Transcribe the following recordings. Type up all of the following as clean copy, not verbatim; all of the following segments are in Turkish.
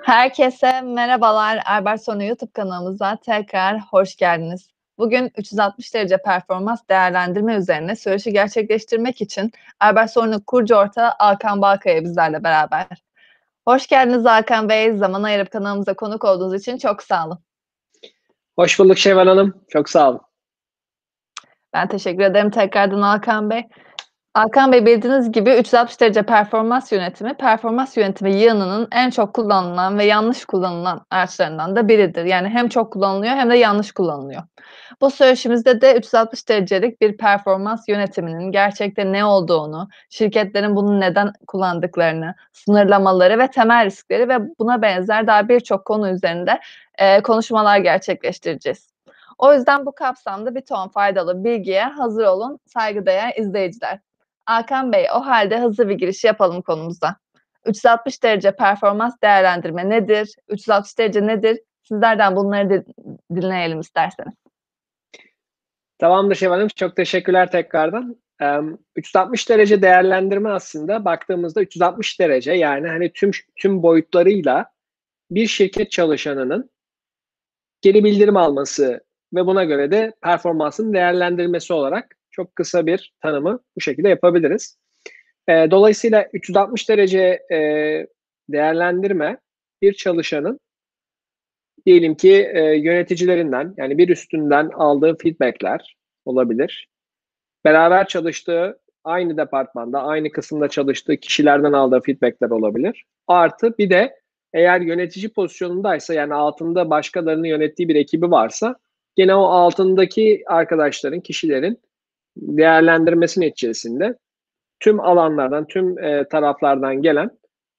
Herkese merhabalar. Erbersonu YouTube kanalımıza tekrar hoş geldiniz. Bugün 360 derece performans değerlendirme üzerine söyleşi gerçekleştirmek için Erbersonu kurucu ortağı Hakan Balkaya bizlerle beraber. Hoş geldiniz Hakan Bey. Zaman ayırıp kanalımıza konuk olduğunuz için çok sağ olun. Hoş bulduk Şevval Hanım. Çok sağ olun. Ben teşekkür ederim tekrardan Hakan Bey. Hakan Bey, bildiğiniz gibi 360 derece performans yönetimi yığınının en çok kullanılan ve yanlış kullanılan araçlarından da biridir. Yani hem çok kullanılıyor hem de yanlış kullanılıyor. Bu söyleşimizde de 360 derecelik bir performans yönetiminin gerçekte ne olduğunu, şirketlerin bunu neden kullandıklarını, sınırlamaları ve temel riskleri ve buna benzer daha birçok konu üzerinde konuşmalar gerçekleştireceğiz. O yüzden bu kapsamda bir ton faydalı bilgiye hazır olun saygıdeğer izleyiciler. Hakan Bey, o halde hızlı bir giriş yapalım konumuza. 360 derece performans değerlendirme nedir? 360 derece nedir? Sizlerden bunları dinleyelim isterseniz. Tamamdır Şevval Hanım. Çok teşekkürler tekrardan. 360 derece değerlendirme aslında baktığımızda 360 derece, yani hani tüm boyutlarıyla bir şirket çalışanının geri bildirim alması ve buna göre de performansın değerlendirilmesi olarak çok kısa bir tanımı bu şekilde yapabiliriz. Dolayısıyla 360 derece değerlendirme bir çalışanın diyelim ki yöneticilerinden, yani bir üstünden aldığı feedbackler olabilir. Beraber çalıştığı, aynı departmanda, aynı kısımda çalıştığı kişilerden aldığı feedbackler olabilir. Artı bir de eğer yönetici pozisyonundaysa, yani altında başkalarının yönettiği bir ekibi varsa, gene o altındaki arkadaşların, kişilerin değerlendirmesi neticesinde tüm alanlardan, tüm taraflardan gelen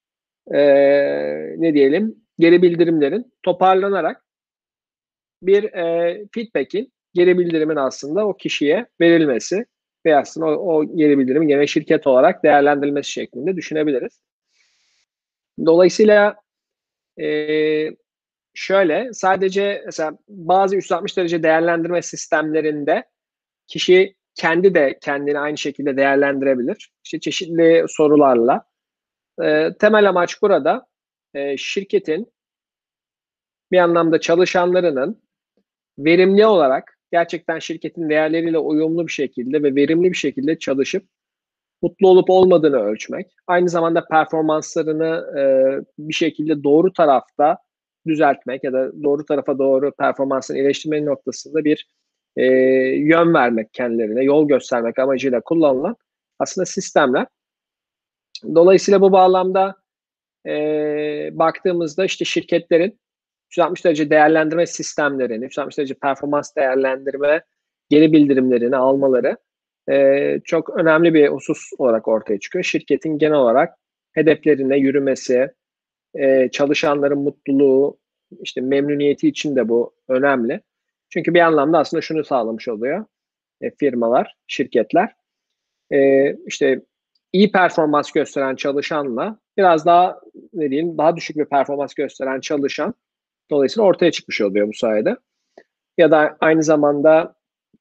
ne diyelim, geri bildirimlerin toparlanarak bir feedback'in, geri bildirimin aslında o kişiye verilmesi ve aslında o geri bildirimin gene şirket olarak değerlendirilmesi şeklinde düşünebiliriz. Dolayısıyla şöyle, sadece mesela bazı 360 derece değerlendirme sistemlerinde kişi kendi de kendini aynı şekilde değerlendirebilir. İşte çeşitli sorularla. Temel amaç burada şirketin bir anlamda çalışanlarının verimli olarak gerçekten şirketin değerleriyle uyumlu bir şekilde ve verimli bir şekilde çalışıp mutlu olup olmadığını ölçmek. Aynı zamanda performanslarını bir şekilde doğru tarafta düzeltmek ya da doğru tarafa doğru performansını iyileştirmenin noktasında bir yön vermek kendilerine, yol göstermek amacıyla kullanılan aslında sistemler. Dolayısıyla bu bağlamda baktığımızda işte şirketlerin 360 derece değerlendirme sistemlerini, 360 derece performans değerlendirme geri bildirimlerini almaları çok önemli bir husus olarak ortaya çıkıyor. Şirketin genel olarak hedeflerine yürümesi, çalışanların mutluluğu, işte memnuniyeti için de bu önemli. Çünkü bir anlamda aslında şunu sağlamış oluyor firmalar, şirketler. İşte iyi performans gösteren çalışanla biraz daha ne diyeyim, daha düşük bir performans gösteren çalışan dolayısıyla ortaya çıkmış oluyor bu sayede. Ya da aynı zamanda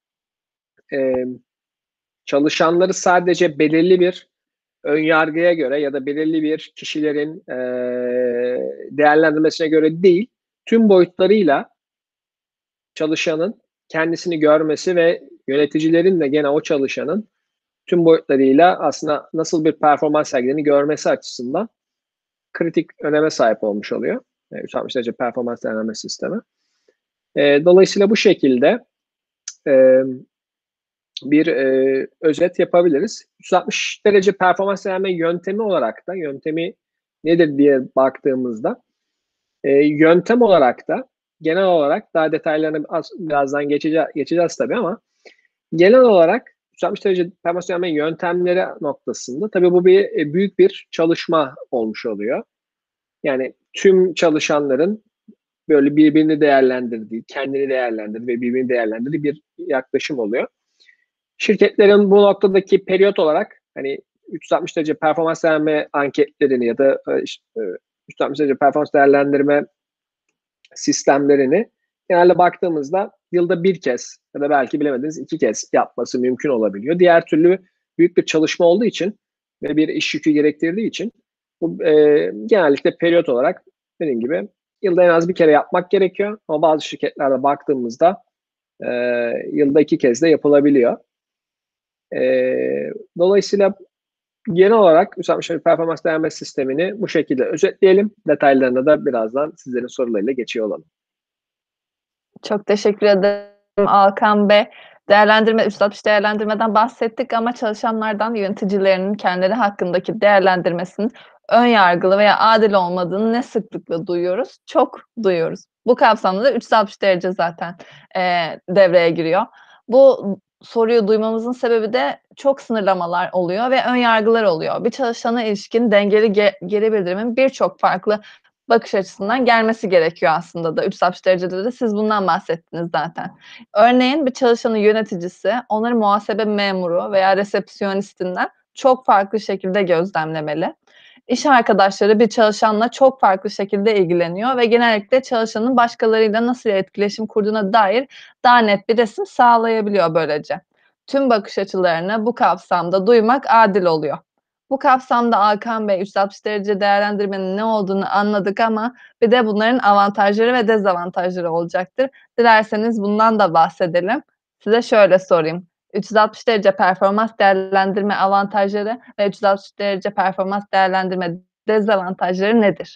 çalışanları sadece belirli bir önyargıya göre ya da belirli bir kişilerin değerlendirmesine göre değil, tüm boyutlarıyla çalışanın kendisini görmesi ve yöneticilerin de gene o çalışanın tüm boyutlarıyla aslında nasıl bir performans sergilediğini görmesi açısından kritik öneme sahip olmuş oluyor. 360 derece performans değerlendirme sistemi. Dolayısıyla bu şekilde bir özet yapabiliriz. 360 derece performans değerlendirme yöntemi olarak da, yöntemi nedir diye baktığımızda, yöntem olarak da genel olarak daha detaylarını birazdan geçeceğiz tabii, ama genel olarak 360 derece performans değerlendirme yöntemleri noktasında tabii bu büyük bir çalışma olmuş oluyor. Yani tüm çalışanların böyle birbirini değerlendirdiği, kendini değerlendirdiği ve birbirini değerlendirdiği bir yaklaşım oluyor. Şirketlerin bu noktadaki periyot olarak hani 360 derece performans değerlendirme anketlerini ya da 360 derece performans değerlendirme sistemlerini genelde baktığımızda yılda bir kez ya da belki bilemediniz 2 kez yapması mümkün olabiliyor. Diğer türlü büyük bir çalışma olduğu için ve bir iş yükü gerektirdiği için bu genellikle periyot olarak dediğim gibi yılda en az bir kere yapmak gerekiyor. Ama bazı şirketlerde baktığımızda yılda 2 kez de yapılabiliyor. Dolayısıyla genel olarak 360 performans değerlendirme sistemini bu şekilde özetleyelim. Detaylarına da birazdan sizlerin sorularıyla geçiyor olalım. Çok teşekkür ederim Alkan Bey. 360 değerlendirmeden bahsettik ama çalışanlardan yöneticilerinin kendileri hakkındaki değerlendirmesinin ön yargılı veya adil olmadığını ne sıklıkla duyuyoruz? Çok duyuyoruz. Bu kapsamda da 360 derece zaten devreye giriyor. Bu soruyu duymamızın sebebi de çok sınırlamalar oluyor ve ön yargılar oluyor. Bir çalışana ilişkin dengeli geri bildirimin birçok farklı bakış açısından gelmesi gerekiyor aslında da 360 derecede de siz bundan bahsettiniz zaten. Örneğin bir çalışanın yöneticisi onları muhasebe memuru veya resepsiyonistinden çok farklı şekilde gözlemlemeli. İş arkadaşları bir çalışanla çok farklı şekilde ilgileniyor ve genellikle çalışanın başkalarıyla nasıl etkileşim kurduğuna dair daha net bir resim sağlayabiliyor böylece. Tüm bakış açılarını bu kapsamda duymak adil oluyor. Bu kapsamda Alkan Bey 360 derece değerlendirmenin ne olduğunu anladık ama bir de bunların avantajları ve dezavantajları olacaktır. Dilerseniz bundan da bahsedelim. Size şöyle sorayım. 360 derece performans değerlendirme avantajları ve 360 derece performans değerlendirme dezavantajları nedir?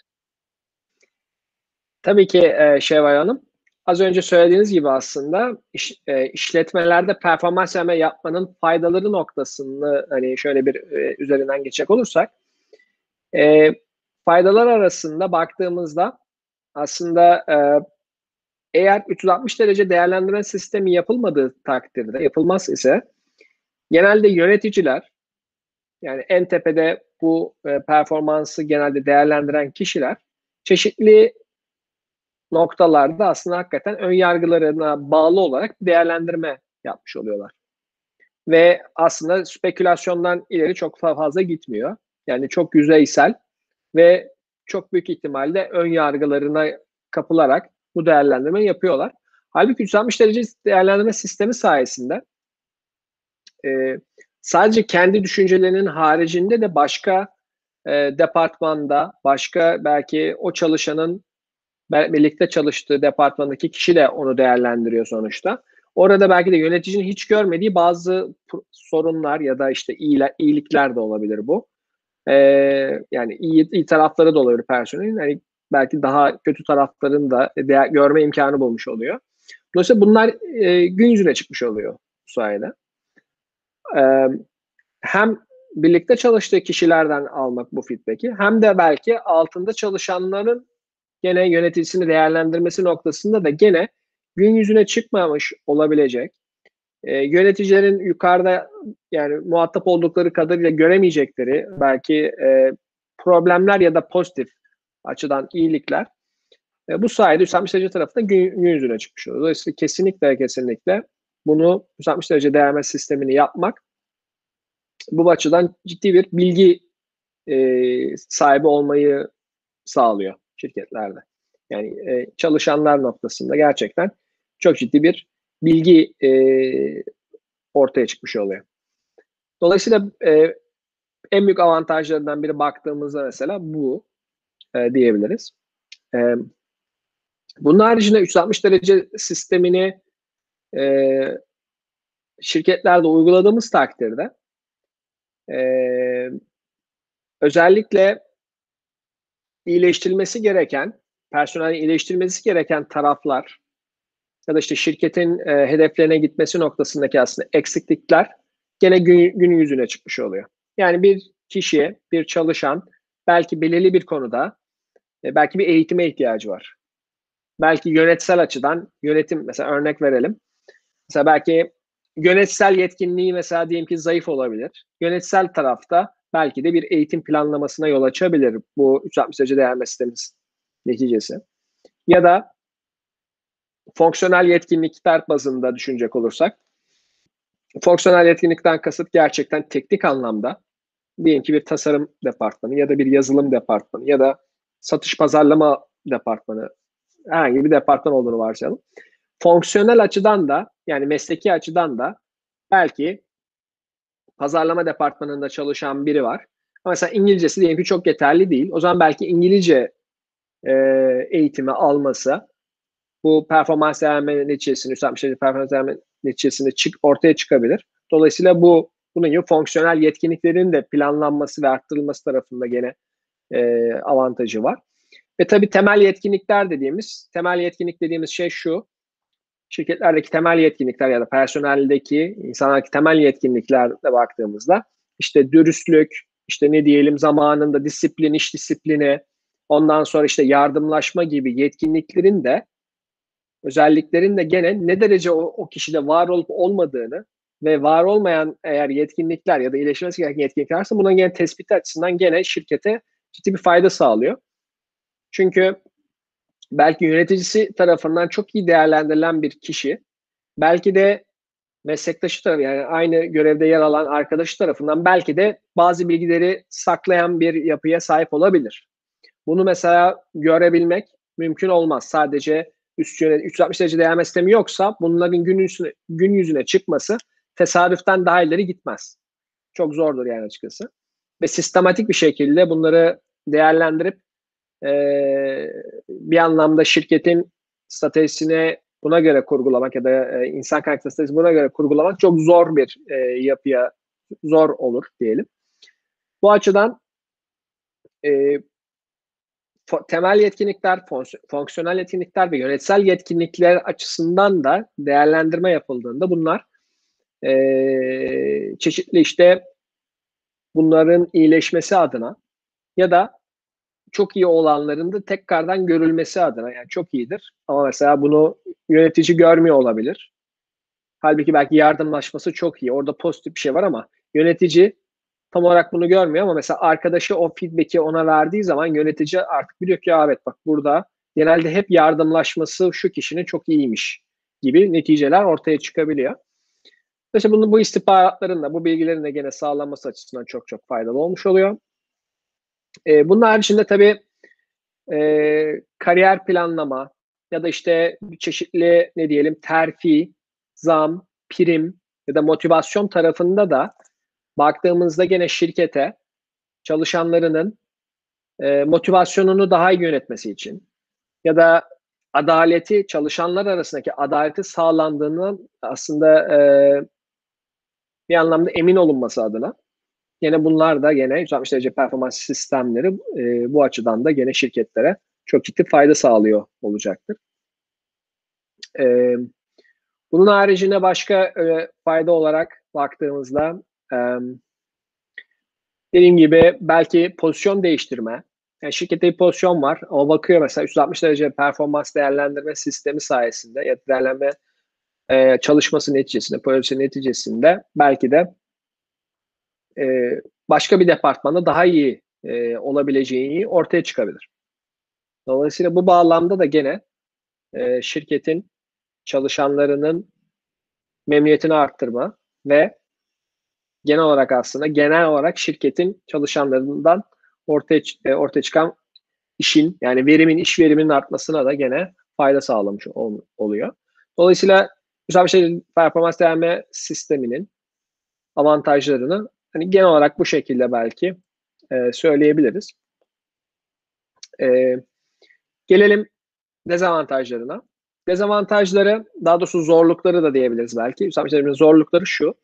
Tabii ki Şevval Hanım. Az önce söylediğiniz gibi aslında işletmelerde performans yapmanın faydaları noktasını hani şöyle bir üzerinden geçecek olursak faydalar arasında baktığımızda aslında eğer 360 derece değerlendirme sistemi yapılmadığı takdirde, yapılmaz ise genelde yöneticiler yani en tepede bu performansı genelde değerlendiren kişiler çeşitli noktalarda aslında hakikaten ön yargılarına bağlı olarak değerlendirme yapmış oluyorlar. Ve aslında spekülasyondan ileri çok fazla gitmiyor. Yani çok yüzeysel ve çok büyük ihtimalle ön yargılarına kapılarak bu değerlendirmeyi yapıyorlar. Halbuki 360 derece değerlendirme sistemi sayesinde sadece kendi düşüncelerinin haricinde de başka departmanda, başka belki o çalışanın birlikte çalıştığı departmandaki kişi de onu değerlendiriyor sonuçta. Orada belki de yöneticinin hiç görmediği bazı sorunlar ya da işte iyilikler de olabilir bu. Yani iyi tarafları da olabilir personelin. Yani belki daha kötü taraflarını da görme imkanı bulmuş oluyor. Dolayısıyla bunlar gün yüzüne çıkmış oluyor bu sayede. Hem birlikte çalıştığı kişilerden almak bu feedback'i hem de belki altında çalışanların gene yöneticisini değerlendirmesi noktasında da gene gün yüzüne çıkmamış olabilecek, yöneticilerin yukarıda yani muhatap oldukları kadarıyla göremeyecekleri belki problemler ya da pozitif açıdan iyilikler bu sayede 360 derece tarafında gün yüzüne çıkmış oluyor. Dolayısıyla kesinlikle bunu 360 derece değerlendirme sistemini yapmak bu açıdan ciddi bir bilgi sahibi olmayı sağlıyor şirketlerde. Yani çalışanlar noktasında gerçekten çok ciddi bir bilgi ortaya çıkmış oluyor. Dolayısıyla en büyük avantajlarından biri baktığımızda mesela bu diyebiliriz. Bunun haricinde 360 derece sistemini şirketlerde uyguladığımız takdirde özellikle iyileştirilmesi gereken, personelin iyileştirilmesi gereken taraflar ya da işte şirketin hedeflerine gitmesi noktasındaki aslında eksiklikler gene gün yüzüne çıkmış oluyor. Yani bir kişiye, bir çalışan belki belirli bir konuda belki bir eğitime ihtiyacı var. Belki yönetsel açıdan yönetim mesela örnek verelim. Mesela belki yönetsel yetkinliği mesela diyelim ki zayıf olabilir. Yönetsel tarafta belki de bir eğitim planlamasına yol açabilir bu 360 derece değerlendirme sistemimiz neticesi. Ya da fonksiyonel yetkinlikler bazında düşünecek olursak, fonksiyonel yetkinlikten kasıt gerçekten teknik anlamda diyelim ki bir tasarım departmanı ya da bir yazılım departmanı ya da satış pazarlama departmanı herhangi bir departman olduğunu varsayalım. Fonksiyonel açıdan da yani mesleki açıdan da belki pazarlama departmanında çalışan biri var. Ama mesela İngilizcesi diyelim ki çok yeterli değil. O zaman belki İngilizce eğitimi alması bu performans değerlendirme neticesini, 360 derece performans değerlendirme neticesinde ortaya çıkabilir. Dolayısıyla bunun gibi fonksiyonel yetkinliklerin de planlanması ve arttırılması tarafında gene avantajı var. Ve tabii temel yetkinlik dediğimiz şey şu: şirketlerdeki temel yetkinlikler ya da personeldeki insanlardaki temel yetkinliklerde baktığımızda işte dürüstlük, işte ne diyelim zamanında disiplin, iş disiplini, ondan sonra işte yardımlaşma gibi yetkinliklerin de özelliklerin de gene ne derece o kişide var olup olmadığını ve var olmayan eğer yetkinlikler ya da iyileşmesi gereken yetkinlikler varsa bunun gene tespiti açısından gene şirkete ciddi bir fayda sağlıyor. Çünkü belki yöneticisi tarafından çok iyi değerlendirilen bir kişi belki de meslektaşı tarafı, yani aynı görevde yer alan arkadaşı tarafından belki de bazı bilgileri saklayan bir yapıya sahip olabilir. Bunu mesela görebilmek mümkün olmaz. Sadece 360 derece değerlendirme sistemi yoksa bunların gün yüzüne çıkması tesadüften daha ileri gitmez. Çok zordur yani açıkçası. Ve sistematik bir şekilde bunları değerlendirip bir anlamda şirketin stratejisine buna göre kurgulamak ya da insan kaynakları stratejisine buna göre kurgulamak çok zor bir yapıya zor olur diyelim. Bu açıdan temel yetkinlikler, fonksiyonel yetkinlikler ve yönetsel yetkinlikler açısından da değerlendirme yapıldığında bunlar çeşitli işte bunların iyileşmesi adına ya da çok iyi olanların da tekrardan görülmesi adına, yani çok iyidir ama mesela bunu yönetici görmüyor olabilir. Halbuki belki yardımlaşması çok iyi. Orada pozitif bir şey var ama yönetici tam olarak bunu görmüyor ama mesela arkadaşı o feedback'i ona verdiği zaman yönetici artık biliyor ki evet bak burada genelde hep yardımlaşması şu kişinin çok iyiymiş gibi neticeler ortaya çıkabiliyor. İşte bu istihbaratların da bu bilgilerin de gene sağlanması açısından çok çok faydalı olmuş oluyor. Bunun haricinde tabii kariyer planlama ya da işte çeşitli ne diyelim terfi, zam, prim ya da motivasyon tarafında da baktığımızda gene şirkete çalışanlarının motivasyonunu daha iyi yönetmesi için ya da adaleti, çalışanlar arasındaki adaleti sağlandığını aslında bir anlamda emin olunması adına gene bunlar da gene 360 derece performans sistemleri bu açıdan da gene şirketlere çok ciddi fayda sağlıyor olacaktır. Bunun haricinde başka fayda olarak baktığımızda dediğim gibi belki pozisyon değiştirme. Yani şirkette bir pozisyon var ama bakıyor mesela 360 derece performans değerlendirme sistemi sayesinde ya da değerlendirme çalışması neticesinde, projesi neticesinde belki de başka bir departmanda daha iyi olabileceği ortaya çıkabilir. Dolayısıyla bu bağlamda da gene şirketin çalışanlarının memnuniyetini arttırma ve genel olarak şirketin çalışanlarından ortaya çıkan işin yani iş veriminin artmasına da gene fayda sağlamış oluyor. Dolayısıyla güzel bir şey performans değerlendirme sisteminin avantajlarını hani genel olarak bu şekilde belki söyleyebiliriz. Gelelim dezavantajlarına. Dezavantajları, daha doğrusu zorlukları da diyebiliriz belki. Zorlukları şu.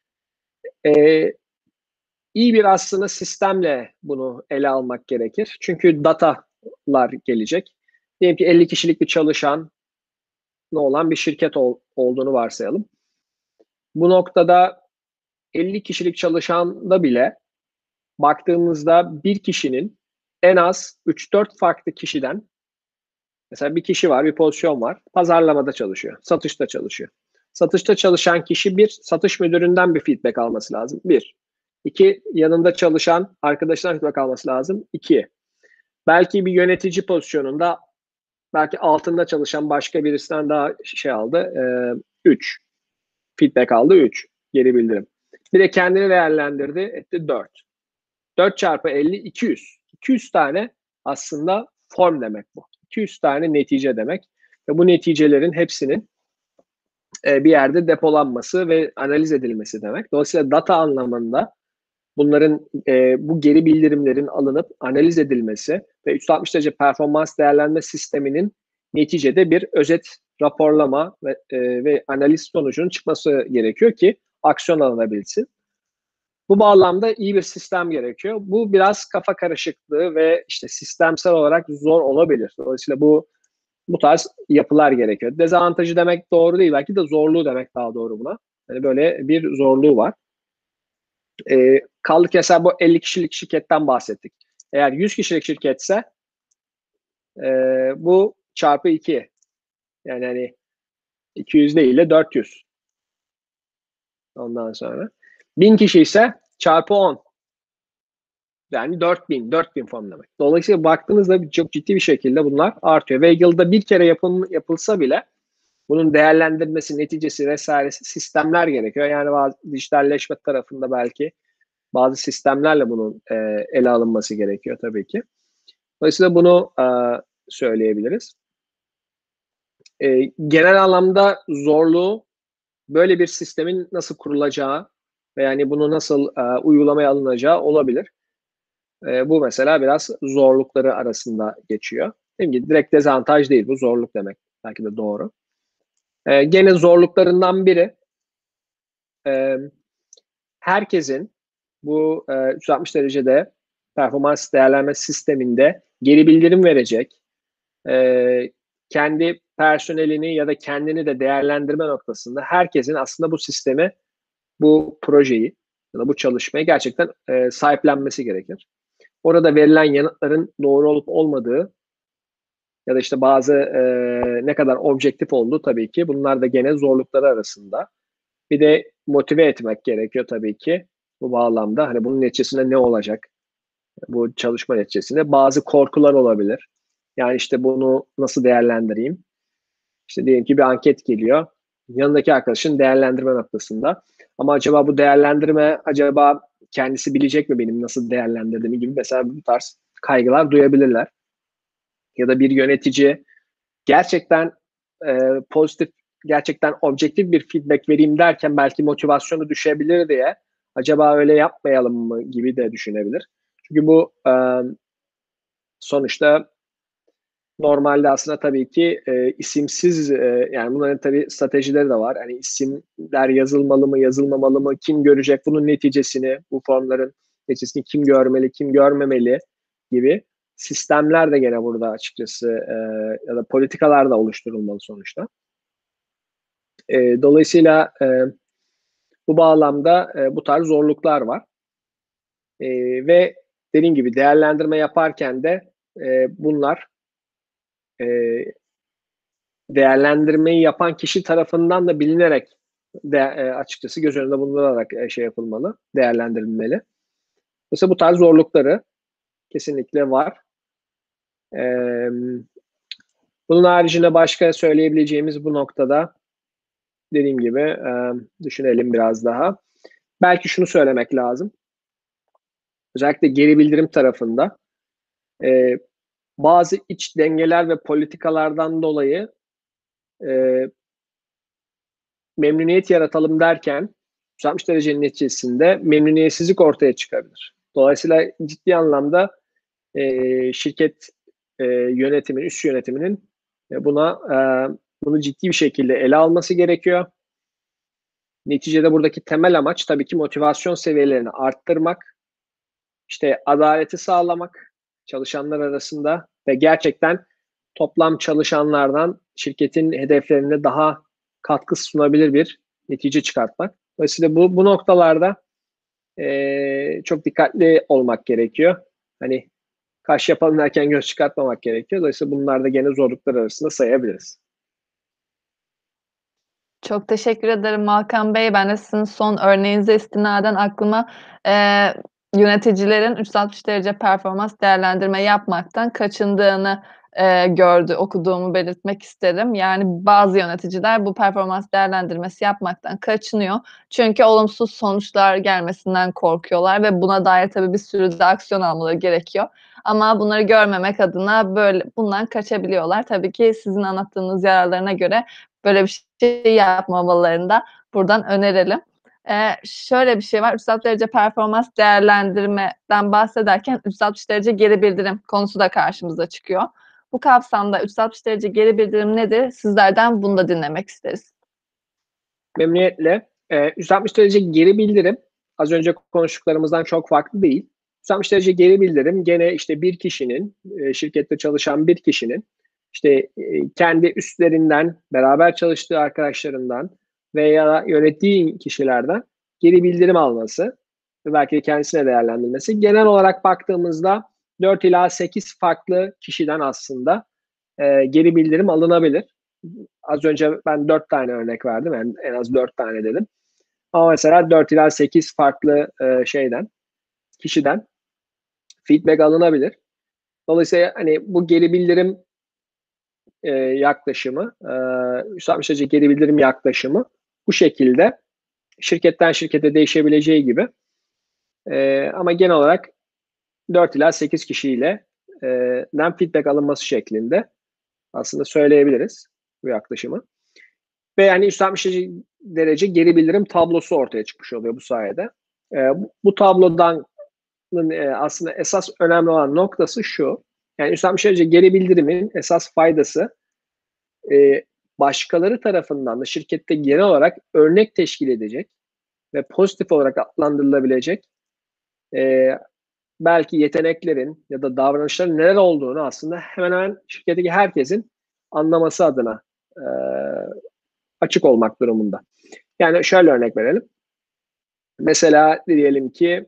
İyi bir aslında sistemle bunu ele almak gerekir. Çünkü datalar gelecek. Diyelim ki 50 kişilik bir çalışan olan bir şirket olduğunu varsayalım. Bu noktada 50 kişilik çalışanda bile baktığımızda bir kişinin en az 3-4 farklı kişiden, mesela bir kişi var, bir pozisyon var, pazarlamada çalışıyor, satışta çalışıyor. Satışta çalışan kişi satış müdüründen bir feedback alması lazım. 1. 2. Yanında çalışan arkadaşından feedback alması lazım. 2. Belki bir yönetici pozisyonunda belki altında çalışan başka birisinden daha aldı. 3. Feedback aldı. 3. Geri bildirim. Bir de kendini değerlendirdi. Etti 4. 4 çarpı 50 200. 200 tane aslında form demek bu. 200 tane netice demek. Ve bu neticelerin hepsinin bir yerde depolanması ve analiz edilmesi demek. Dolayısıyla data anlamında bunların bu geri bildirimlerin alınıp analiz edilmesi ve 360 derece performans değerlendirme sisteminin neticede bir özet raporlama ve analiz sonucunun çıkması gerekiyor ki aksiyon alınabilsin. Bu bağlamda iyi bir sistem gerekiyor. Bu biraz kafa karışıklığı ve işte sistemsel olarak zor olabilir. Dolayısıyla bu tarz yapılar gerekiyor. Dezavantajı demek doğru değil. Belki de zorluğu demek daha doğru buna. Yani böyle bir zorluğu var. Kaldı ki mesela bu 50 kişilik şirketten bahsettik. Eğer 100 kişilik şirketse bu çarpı 2. Yani hani 200 değil de 400. Ondan sonra 1000 kişi ise çarpı 10. Yani 4000 form demek. Dolayısıyla baktığınızda çok ciddi bir şekilde bunlar artıyor. Ve yılda bir kere yapılsa bile bunun değerlendirmesi, neticesi vesairesi sistemler gerekiyor. Yani bazı dijitalleşme tarafında belki bazı sistemlerle bunun ele alınması gerekiyor tabii ki. Dolayısıyla bunu söyleyebiliriz. Genel anlamda zorluğu böyle bir sistemin nasıl kurulacağı ve yani bunu nasıl uygulamaya alınacağı olabilir. Bu mesela biraz zorlukları arasında geçiyor. Dediğim gibi direkt dezavantaj değil, bu zorluk demek. Belki de doğru. Gene zorluklarından biri herkesin bu 360 derecede performans değerlendirme sisteminde geri bildirim verecek, kendi personelini ya da kendini de değerlendirme noktasında herkesin aslında bu sistemi, bu projeyi ya da bu çalışmayı gerçekten sahiplenmesi gerekir. Orada verilen yanıtların doğru olup olmadığı ya da işte bazı ne kadar objektif olduğu tabii ki bunlar da gene zorlukları arasında. Bir de motive etmek gerekiyor tabii ki bu bağlamda. Hani bunun neticesinde ne olacak? Bu çalışma neticesinde bazı korkular olabilir. Yani işte bunu nasıl değerlendireyim? İşte diyelim ki bir anket geliyor. Yanındaki arkadaşın değerlendirme noktasında. Ama acaba bu değerlendirme kendisi bilecek mi benim nasıl değerlendirdiğimi gibi mesela bu tarz kaygılar duyabilirler. Ya da bir yönetici gerçekten pozitif, gerçekten objektif bir feedback vereyim derken belki motivasyonu düşebilir diye acaba öyle yapmayalım mı gibi de düşünebilir. Çünkü bu sonuçta normalde aslında tabii ki isimsiz yani bunların tabii stratejileri de var. Hani isimler yazılmalı mı, yazılmamalı mı, kim görecek bunun neticesini, bu formların neticesini kim görmeli, kim görmemeli gibi sistemler de gene burada açıkçası ya da politikalar da oluşturulmalı sonuçta. Dolayısıyla bu bağlamda bu tarz zorluklar var. Ve dediğim gibi değerlendirme yaparken de bunlar değerlendirmeyi yapan kişi tarafından da bilinerek açıkçası göz önünde bulundurarak şey yapılmalı, değerlendirilmeli. Mesela bu tarz zorlukları kesinlikle var. Bunun haricinde başka söyleyebileceğimiz bu noktada dediğim gibi düşünelim biraz daha. Belki şunu söylemek lazım. Özellikle geri bildirim tarafında bazı iç dengeler ve politikalardan dolayı memnuniyet yaratalım derken 360 derecenin neticesinde memnuniyetsizlik ortaya çıkabilir. Dolayısıyla ciddi anlamda şirket yönetiminin, üst yönetiminin bunu ciddi bir şekilde ele alması gerekiyor. Neticede buradaki temel amaç tabii ki motivasyon seviyelerini arttırmak, işte adaleti sağlamak çalışanlar arasında ve gerçekten toplam çalışanlardan şirketin hedeflerine daha katkı sunabilir bir netice çıkartmak. Dolayısıyla bu noktalarda çok dikkatli olmak gerekiyor. Hani kaş yapalım derken göz çıkartmamak gerekiyor. Dolayısıyla bunlar da gene zorluklar arasında sayabiliriz. Çok teşekkür ederim Hakan Bey. Ben de sizin son örneğinize istinaden aklıma, yöneticilerin 360 derece performans değerlendirme yapmaktan kaçındığını, okuduğumu belirtmek isterim. Yani bazı yöneticiler bu performans değerlendirmesi yapmaktan kaçınıyor. Çünkü olumsuz sonuçlar gelmesinden korkuyorlar ve buna dair tabii bir sürü de aksiyon almaları gerekiyor. Ama bunları görmemek adına bundan kaçabiliyorlar. Tabii ki sizin anlattığınız yararlarına göre böyle bir şey yapmamalarını da buradan önerelim. Şöyle bir şey var, 360 derece performans değerlendirmeden bahsederken 360 derece geri bildirim konusu da karşımıza çıkıyor. Bu kapsamda 360 derece geri bildirim nedir? Sizlerden bunu da dinlemek isteriz. Memnuniyetle. 360 derece geri bildirim az önce konuştuklarımızdan çok farklı değil. 360 derece geri bildirim gene işte bir kişinin, şirkette çalışan bir kişinin işte kendi üstlerinden, beraber çalıştığı arkadaşlarından veya yönettiği kişilerden geri bildirim alması ve belki de kendisine değerlendirmesi. Genel olarak baktığımızda 4 ila 8 farklı kişiden aslında geri bildirim alınabilir. Az önce ben 4 tane örnek verdim. Yani en az 4 tane dedim. Ama mesela 4 ila 8 farklı kişiden feedback alınabilir. Dolayısıyla hani bu geri bildirim yaklaşımı, 360 derece geri bildirim yaklaşımı bu şekilde şirketten şirkete değişebileceği gibi ama genel olarak 4 ila 8 kişiyle feedback alınması şeklinde aslında söyleyebiliriz bu yaklaşımı. Ve yani 360 derece geri bildirim tablosu ortaya çıkmış oluyor bu sayede. Bu tablodan aslında esas önemli olan noktası şu. Yani 360 derece geri bildirimin esas faydası başkaları tarafından da şirkette genel olarak örnek teşkil edecek ve pozitif olarak adlandırılabilecek belki yeteneklerin ya da davranışların neler olduğunu aslında hemen hemen şirketteki herkesin anlaması adına açık olmak durumunda. Yani şöyle örnek verelim. Mesela diyelim ki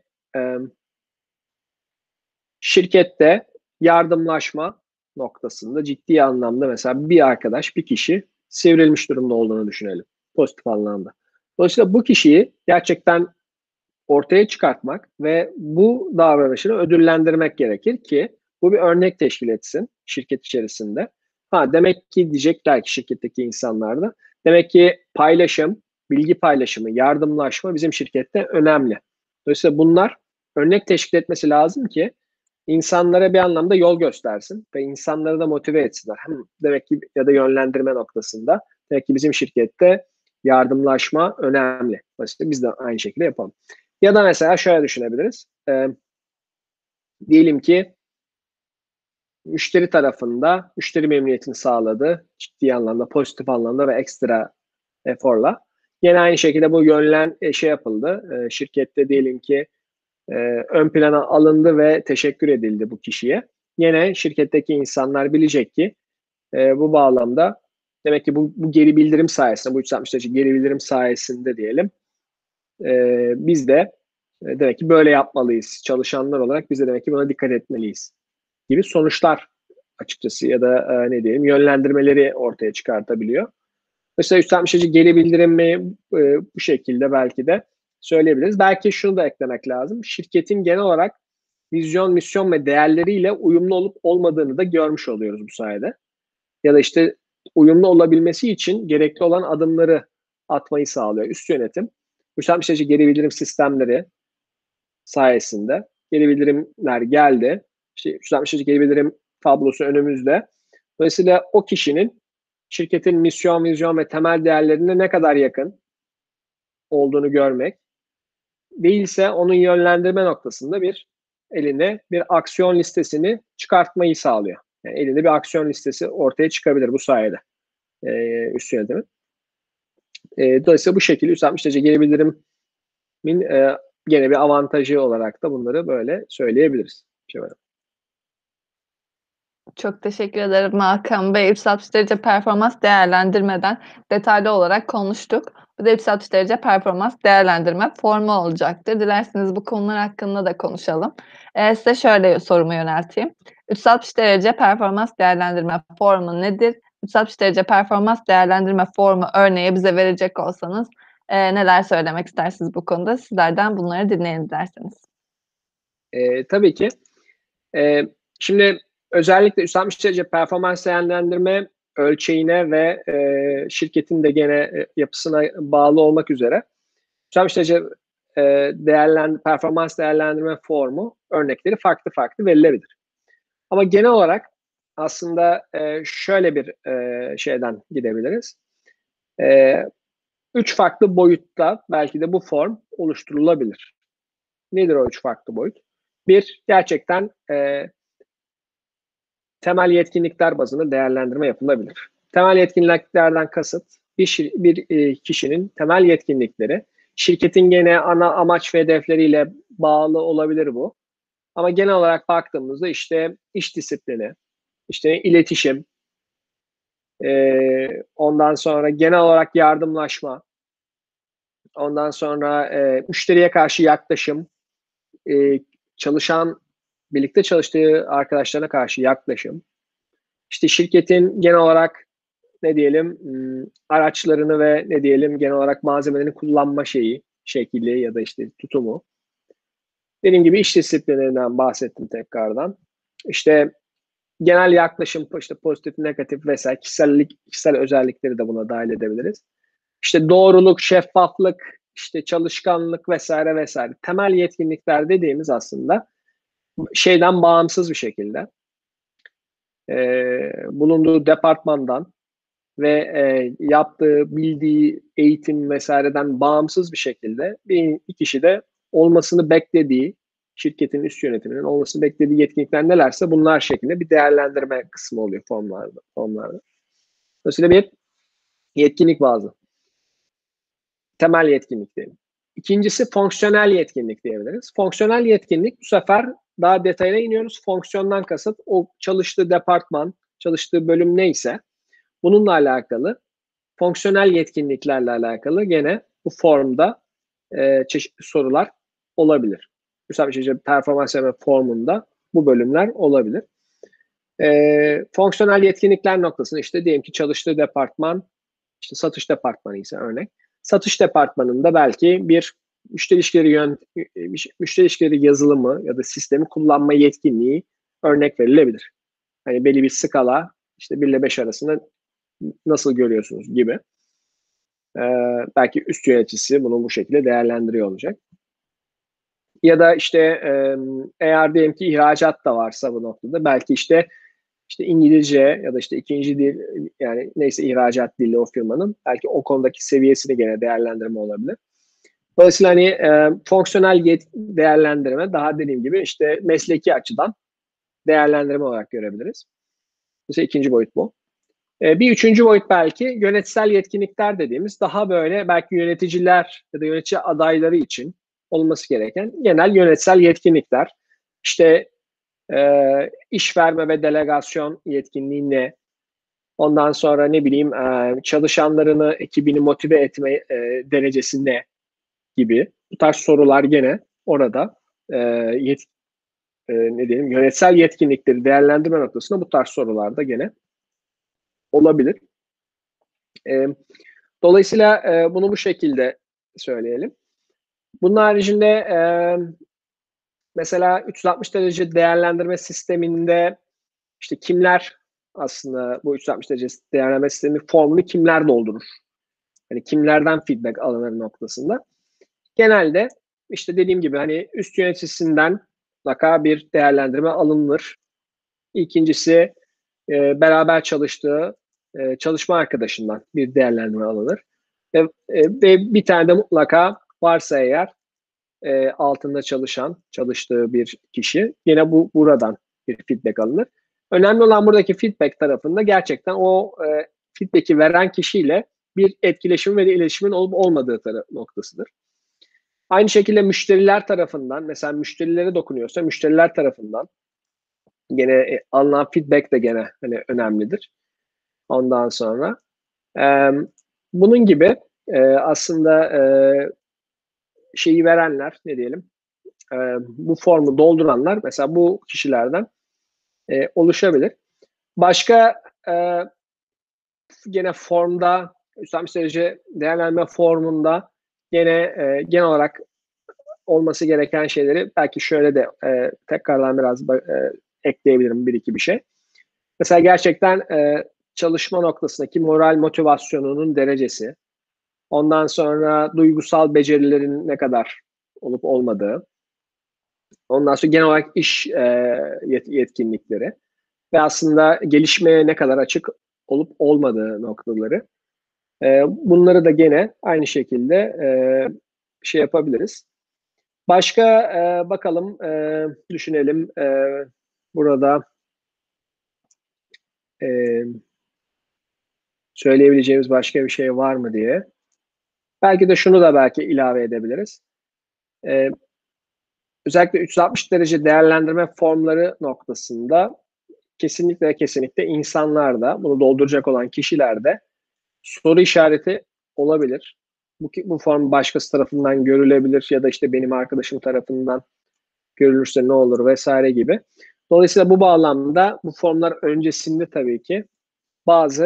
şirkette yardımlaşma noktasında ciddi anlamda mesela bir arkadaş, bir kişi sivrilmiş durumda olduğunu düşünelim. Pozitif anlamda. Dolayısıyla bu kişiyi gerçekten ortaya çıkartmak ve bu davranışını ödüllendirmek gerekir ki bu bir örnek teşkil etsin şirket içerisinde. Demek ki diyecekler ki şirketteki insanlar da demek ki paylaşım, bilgi paylaşımı, yardımlaşma bizim şirkette önemli. Dolayısıyla bunlar örnek teşkil etmesi lazım ki insanlara bir anlamda yol göstersin ve insanları da motive etsinler. Demek ki ya da yönlendirme noktasında demek ki bizim şirkette yardımlaşma önemli. Dolayısıyla biz de aynı şekilde yapalım. Ya da mesela şöyle düşünebiliriz. Diyelim ki müşteri tarafında müşteri memnuniyetini sağladı. Ciddi anlamda, pozitif anlamda ve ekstra eforla. Yine aynı şekilde bu yapıldı. Şirkette diyelim ki ön plana alındı ve teşekkür edildi bu kişiye. Yine şirketteki insanlar bilecek ki bu bağlamda demek ki bu geri bildirim sayesinde, bu 360 derece geri bildirim sayesinde diyelim biz de demek ki böyle yapmalıyız. Çalışanlar olarak biz de demek ki buna dikkat etmeliyiz gibi sonuçlar açıkçası ya da ne diyelim yönlendirmeleri ortaya çıkartabiliyor. Mesela 360 derece geri bildirimi bu şekilde belki de söyleyebiliriz. Belki şunu da eklemek lazım. Şirketin genel olarak vizyon, misyon ve değerleriyle uyumlu olup olmadığını da görmüş oluyoruz bu sayede. Ya da işte uyumlu olabilmesi için gerekli olan adımları atmayı sağlıyor üst yönetim. 360 derece geri bildirim sistemleri sayesinde geri bildirimler geldi. İşte 360 derece geri bildirim tablosu önümüzde. Dolayısıyla o kişinin şirketin misyon, vizyon ve temel değerlerine ne kadar yakın olduğunu görmek, değilse onun yönlendirme noktasında eline bir aksiyon listesini çıkartmayı sağlıyor. Yani elinde bir aksiyon listesi ortaya çıkabilir bu sayede üst yönetimin. Dolayısıyla bu şekilde 360 derece geri bildirimin gene bir avantajı olarak da bunları böyle söyleyebiliriz. Çok teşekkür ederim Hakan Bey. 360 derece performans değerlendirmeden detaylı olarak konuştuk. Bir de 360 derece performans değerlendirme formu olacaktır. Dilerseniz bu konular hakkında da konuşalım. Size şöyle sorumu yönelteyim. 360 derece performans değerlendirme formu nedir? 360 derece performans değerlendirme formu örneği bize verecek olsanız neler söylemek istersiniz bu konuda? Sizlerden bunları dinleyelim dilerseniz. Tabii ki. Şimdi özellikle 360 derece performans değerlendirme ölçeğine ve şirketin de gene yapısına bağlı olmak üzere 360 derece performans değerlendirme formu örnekleri farklı farklı verilebilir. Ama genel olarak aslında şöyle bir şeyden gidebiliriz. 3 farklı boyutta belki de bu form oluşturulabilir. Nedir o 3 farklı boyut? Bir, gerçekten temel yetkinlikler bazında değerlendirme yapılabilir. Temel yetkinliklerden kasıt bir kişinin temel yetkinlikleri şirketin gene ana amaç ve hedefleriyle bağlı olabilir bu. Ama genel olarak baktığımızda işte iş disiplini, işte iletişim, ondan sonra genel olarak yardımlaşma, ondan sonra müşteriye karşı yaklaşım, birlikte çalıştığı arkadaşlarına karşı yaklaşım, işte şirketin genel olarak ne diyelim araçlarını ve ne diyelim genel olarak malzemelerini kullanma şekli ya da işte tutumu. Dediğim gibi iş disiplininden bahsettim tekrardan. İşte genel yaklaşım, işte pozitif, negatif vesaire kişisel özellikleri de buna dahil edebiliriz. İşte doğruluk, şeffaflık, işte çalışkanlık vesaire vesaire. Temel yetkinlikler dediğimiz aslında şeyden bağımsız bir şekilde bulunduğu departmandan ve yaptığı, bildiği eğitim vesaireden bağımsız bir şekilde bir kişi de olmasını beklediği, şirketin üst yönetiminin olmasını beklediği yetkinlikler nelerse bunlar şeklinde bir değerlendirme kısmı oluyor formlarda. Dolayısıyla bir yetkinlik bazı. Temel yetkinlik diyelim. İkincisi fonksiyonel yetkinlik diyebiliriz. Fonksiyonel yetkinlik bu sefer daha detayına iniyoruz. Fonksiyondan kasıt o çalıştığı departman, çalıştığı bölüm neyse bununla alakalı fonksiyonel yetkinliklerle alakalı gene bu formda çeşitli sorular olabilir. Mesela işte performans yönetme formunda bu bölümler olabilir. Fonksiyonel yetkinlikler noktasında işte diyelim ki çalıştığı departman işte satış departmanı ise örnek. Satış departmanında belki bir müşteri ilişkileri yazılımı ya da sistemi kullanma yetkinliği örnek verilebilir. Hani belli bir skala işte 1 ile 5 arasında nasıl görüyorsunuz gibi. Belki üst yöneticisi bunu bu şekilde değerlendiriyor olacak. Ya da işte eğer diyelim ki ihracat da varsa bu noktada belki işte İngilizce ya da işte ikinci dil yani neyse ihracat dili o firmanın belki o konudaki seviyesini gene değerlendirme olabilir. Dolayısıyla hani fonksiyonel değerlendirme daha dediğim gibi işte mesleki açıdan değerlendirme olarak görebiliriz. Mesela ikinci boyut bu. Bir üçüncü boyut belki yönetsel yetkinlikler dediğimiz daha böyle belki yöneticiler ya da yönetici adayları için olması gereken genel yönetsel yetkinlikler. İşte iş verme ve delegasyon yetkinliği ne? Ondan sonra ne bileyim çalışanlarını, ekibini motive etme derecesi ne? Gibi. Bu tarz sorular gene orada ne diyelim yönetsel yetkinlikleri değerlendirme noktasında bu tarz sorularda gene olabilir. Dolayısıyla bunu bu şekilde söyleyelim. Bunun haricinde mesela 360 derece değerlendirme sisteminde işte kimler aslında bu 360 derece değerlendirme sistemi formunu kimler doldurur? Hani kimlerden feedback alınır noktasında. Genelde işte dediğim gibi hani üst yöneticisinden mutlaka bir değerlendirme alınır. İkincisi beraber çalıştığı çalışma arkadaşından bir değerlendirme alınır. Ve bir tane de mutlaka varsa eğer altında çalıştığı bir kişi yine buradan bir feedback alınır. Önemli olan buradaki feedback tarafında gerçekten o feedback'i veren kişiyle bir etkileşim ve iletişimin olup olmadığı noktasıdır. Aynı şekilde müşteriler tarafından mesela müşterilere dokunuyorsa müşteriler tarafından gene alınan feedback de gene hani önemlidir. Ondan sonra bunun gibi aslında şeyi verenler ne diyelim bu formu dolduranlar mesela bu kişilerden oluşabilir. Başka gene formda 360 derece değerlendirme formunda gene genel olarak olması gereken şeyleri belki şöyle de tekrardan biraz ekleyebilirim bir iki bir şey. Mesela gerçekten çalışma noktasındaki moral motivasyonunun derecesi, ondan sonra duygusal becerilerin ne kadar olup olmadığı, ondan sonra genel olarak iş yetkinlikleri ve aslında gelişmeye ne kadar açık olup olmadığı noktaları Bunları da gene aynı şekilde şey yapabiliriz. Başka bakalım, düşünelim. Burada söyleyebileceğimiz başka bir şey var mı diye. Belki de şunu da belki ilave edebiliriz. Özellikle 360 derece değerlendirme formları noktasında kesinlikle ve kesinlikle insanlar da, bunu dolduracak olan kişiler de soru işareti olabilir. Bu form başkası tarafından görülebilir ya da işte benim arkadaşım tarafından görülürse ne olur vesaire gibi. Dolayısıyla bu bağlamda bu formlar öncesinde tabii ki bazı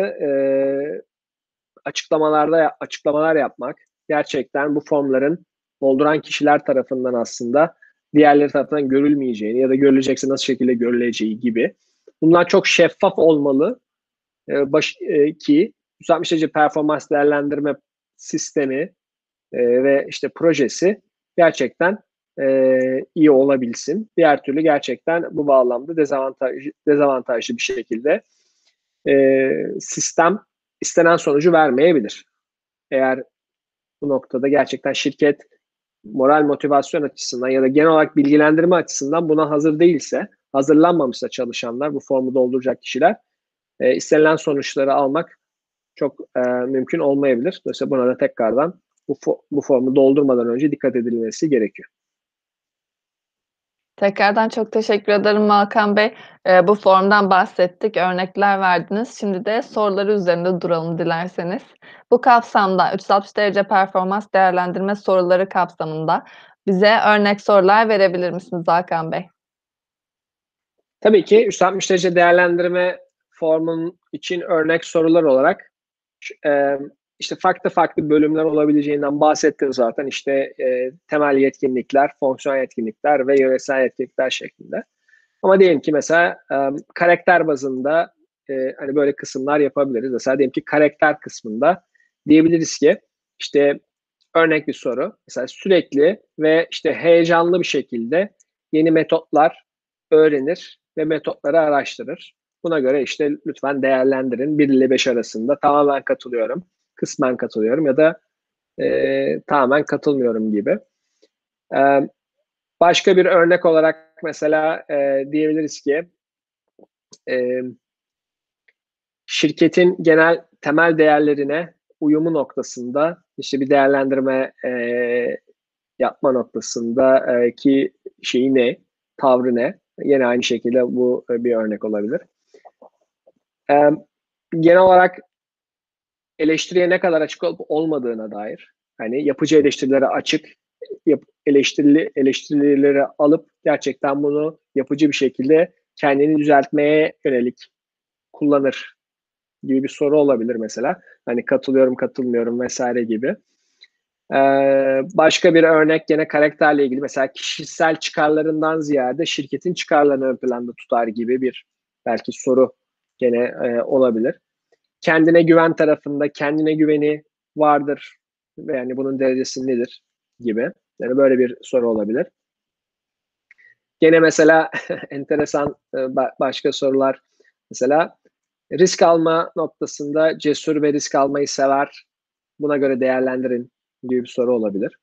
açıklamalar yapmak, gerçekten bu formların dolduran kişiler tarafından aslında diğerleri tarafından görülmeyeceğini ya da görülecekse nasıl şekilde görüleceği gibi. Bunlar çok şeffaf olmalı ki 360 derece performans değerlendirme sistemi ve işte projesi gerçekten iyi olabilsin. Diğer türlü gerçekten bu bağlamda dezavantajlı bir şekilde sistem istenen sonucu vermeyebilir. Eğer bu noktada gerçekten şirket moral motivasyon açısından ya da genel olarak bilgilendirme açısından buna hazır değilse, hazırlanmamışsa çalışanlar, bu formu dolduracak kişiler, istenilen sonuçları almak çok mümkün olmayabilir. Dolayısıyla buna da tekrardan bu formu doldurmadan önce dikkat edilmesi gerekiyor. Tekrardan çok teşekkür ederim Malkan Bey. Bu formdan bahsettik, örnekler verdiniz. Şimdi de soruları üzerinde duralım dilerseniz. Bu kapsamda 360 derece performans değerlendirme soruları kapsamında bize örnek sorular verebilir misiniz Hakan Bey? Tabii ki 360 derece değerlendirme formun için örnek sorular olarak işte farklı bölümler olabileceğinden bahsettim zaten. İşte temel yetkinlikler, fonksiyonel yetkinlikler ve yöresel yetkinlikler şeklinde. Ama diyelim ki mesela karakter bazında hani böyle kısımlar yapabiliriz. Mesela diyelim ki karakter kısmında diyebiliriz ki işte örnek bir soru. Mesela sürekli ve işte heyecanlı bir şekilde yeni metotlar öğrenir ve metotları araştırır. Buna göre işte lütfen değerlendirin. 1 ile 5 arasında tamamen katılıyorum, kısmen katılıyorum ya da tamamen katılmıyorum gibi. Başka bir örnek olarak mesela diyebiliriz ki şirketin genel temel değerlerine uyumu noktasında işte bir değerlendirme yapma noktasında ki şeyi ne, tavrı ne? Yine aynı şekilde bu bir örnek olabilir. Genel olarak eleştiriye ne kadar açık olup olmadığına dair, hani yapıcı eleştirilere açık, eleştirileri alıp gerçekten bunu yapıcı bir şekilde kendini düzeltmeye yönelik kullanır gibi bir soru olabilir mesela. Hani katılıyorum, katılmıyorum vesaire gibi. Başka bir örnek gene karakterle ilgili, mesela kişisel çıkarlarından ziyade şirketin çıkarlarını ön planda tutar gibi bir belki soru gene olabilir. Kendine güven tarafında kendine güveni vardır ve yani bunun derecesi nedir gibi. Yani böyle bir soru olabilir. Gene mesela enteresan başka sorular, mesela risk alma noktasında cesur ve risk almayı sever, buna göre değerlendirin gibi bir soru olabilir.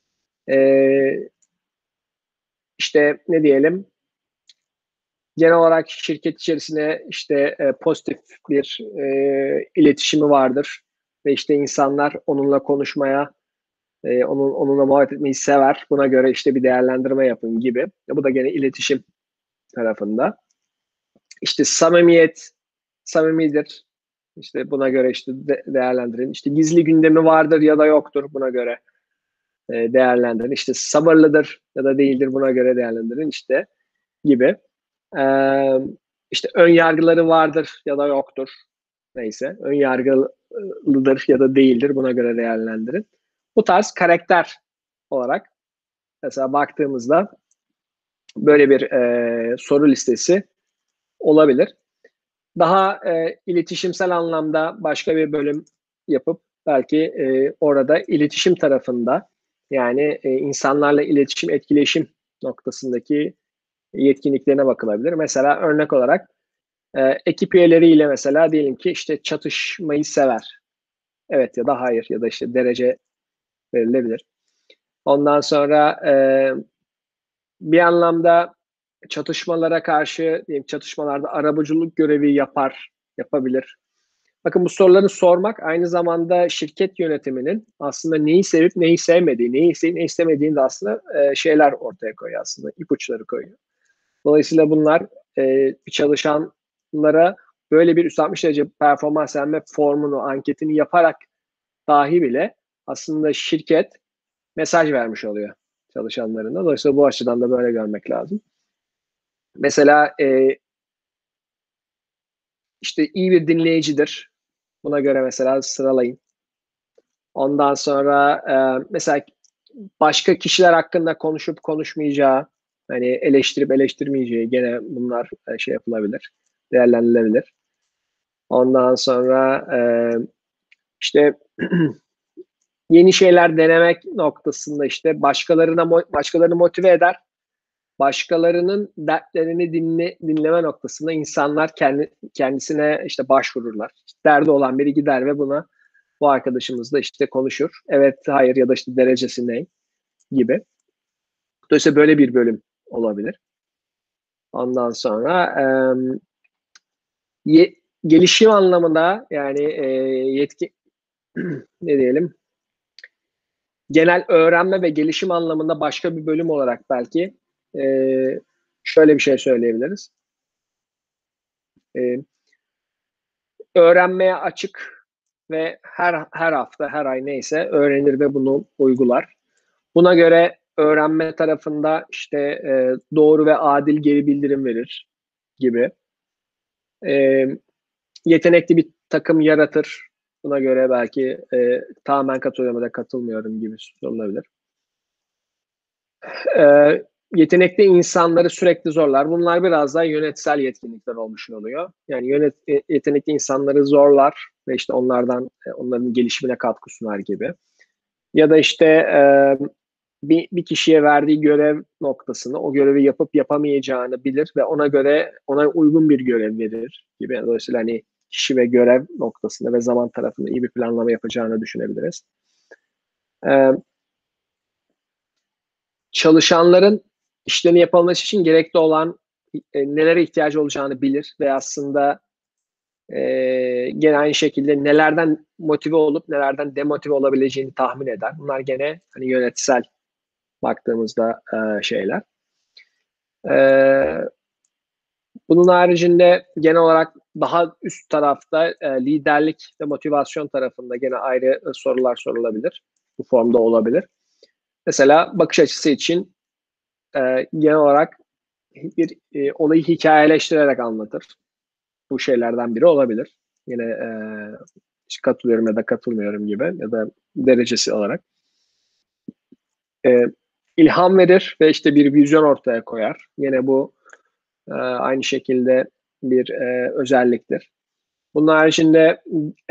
İşte ne diyelim, genel olarak şirket içerisinde işte pozitif bir iletişimi vardır ve işte insanlar onunla konuşmaya, onunla muhabbet etmeyi sever. Buna göre işte bir değerlendirme yapın gibi. Bu da gene iletişim tarafında. İşte samimidir. İşte buna göre işte değerlendirin. İşte gizli gündemi vardır ya da yoktur. Buna göre değerlendirin. İşte sabırlıdır ya da değildir. Buna göre değerlendirin işte gibi. İşte ön yargıları vardır ya da yoktur. Neyse. Ön yargılıdır ya da değildir. Buna göre değerlendirin. Bu tarz karakter olarak mesela baktığımızda böyle bir soru listesi olabilir. Daha iletişimsel anlamda başka bir bölüm yapıp belki orada iletişim tarafında, yani insanlarla iletişim, etkileşim noktasındaki yetkinliklerine bakılabilir. Mesela örnek olarak ekip üyeleriyle mesela diyelim ki işte çatışmayı sever. evet ya da hayır ya da işte derece verilebilir. Ondan sonra bir anlamda çatışmalara karşı, diyeyim, çatışmalarda arabuluculuk görevi yapabilir. Bakın, bu soruları sormak aynı zamanda şirket yönetiminin aslında neyi sevip neyi sevmediği, neyi isteyip neyi istemediğini de aslında şeyler ortaya koyuyor, aslında ipuçları koyuyor. Dolayısıyla bunlar bir çalışanlara böyle bir 360 derece performans verme formunu, anketini yaparak dahi bile aslında şirket mesaj vermiş oluyor çalışanlarına. Dolayısıyla bu açıdan da böyle görmek lazım. Mesela işte iyi bir dinleyicidir. Buna göre mesela sıralayın. Ondan sonra mesela başka kişiler hakkında konuşup konuşmayacağı, hani eleştirip eleştirmeyeceği, gene bunlar şey yapılabilir, değerlendirilebilir. Ondan sonra işte yeni şeyler denemek noktasında işte başkalarını motive eder. Başkalarının dertlerini dinleme noktasında insanlar kendisine işte başvururlar. Derdi olan biri gider ve bu arkadaşımız da işte konuşur. Evet, hayır ya da işte derecesi ne gibi. Dolayısıyla böyle bir bölüm olabilir. Ondan sonra gelişim anlamında, yani ne diyelim, genel öğrenme ve gelişim anlamında başka bir bölüm olarak belki şöyle bir şey söyleyebiliriz. Öğrenmeye açık ve her hafta, her ay neyse öğrenir ve bunu uygular. Buna göre öğrenme tarafında işte doğru ve adil geri bildirim verir gibi. Yetenekli bir takım yaratır. Buna göre belki tamamen katılıyorum ya da katılmıyorum gibi sorulabilir. Yetenekli insanları sürekli zorlar. Bunlar biraz daha yönetsel yetkinlikler olmuş oluyor. Yani yetenekli insanları zorlar ve işte onların gelişimine katkı sunar gibi. Ya da işte bir kişiye verdiği görev noktasında o görevi yapıp yapamayacağını bilir ve ona uygun bir görev verir gibi. Yani dolayısıyla hani kişi ve görev noktasında ve zaman tarafında iyi bir planlama yapacağını düşünebiliriz. Çalışanların işlerini yapabilmesi için gerekli olan nelere ihtiyacı olacağını bilir ve aslında gene aynı şekilde nelerden motive olup nelerden demotive olabileceğini tahmin eder. Bunlar gene hani yönetsel baktığımızda şeyler. Bunun haricinde genel olarak daha üst tarafta liderlik ve motivasyon tarafında gene ayrı sorular sorulabilir. Bu formda olabilir. Mesela bakış açısı için genel olarak bir olayı hikayeleştirerek anlatır. Bu şeylerden biri olabilir. Yine katılıyorum ya da katılmıyorum gibi ya da derecesi olarak. İlham verir ve işte bir vizyon ortaya koyar. Yine bu aynı şekilde bir özelliktir. Bunun haricinde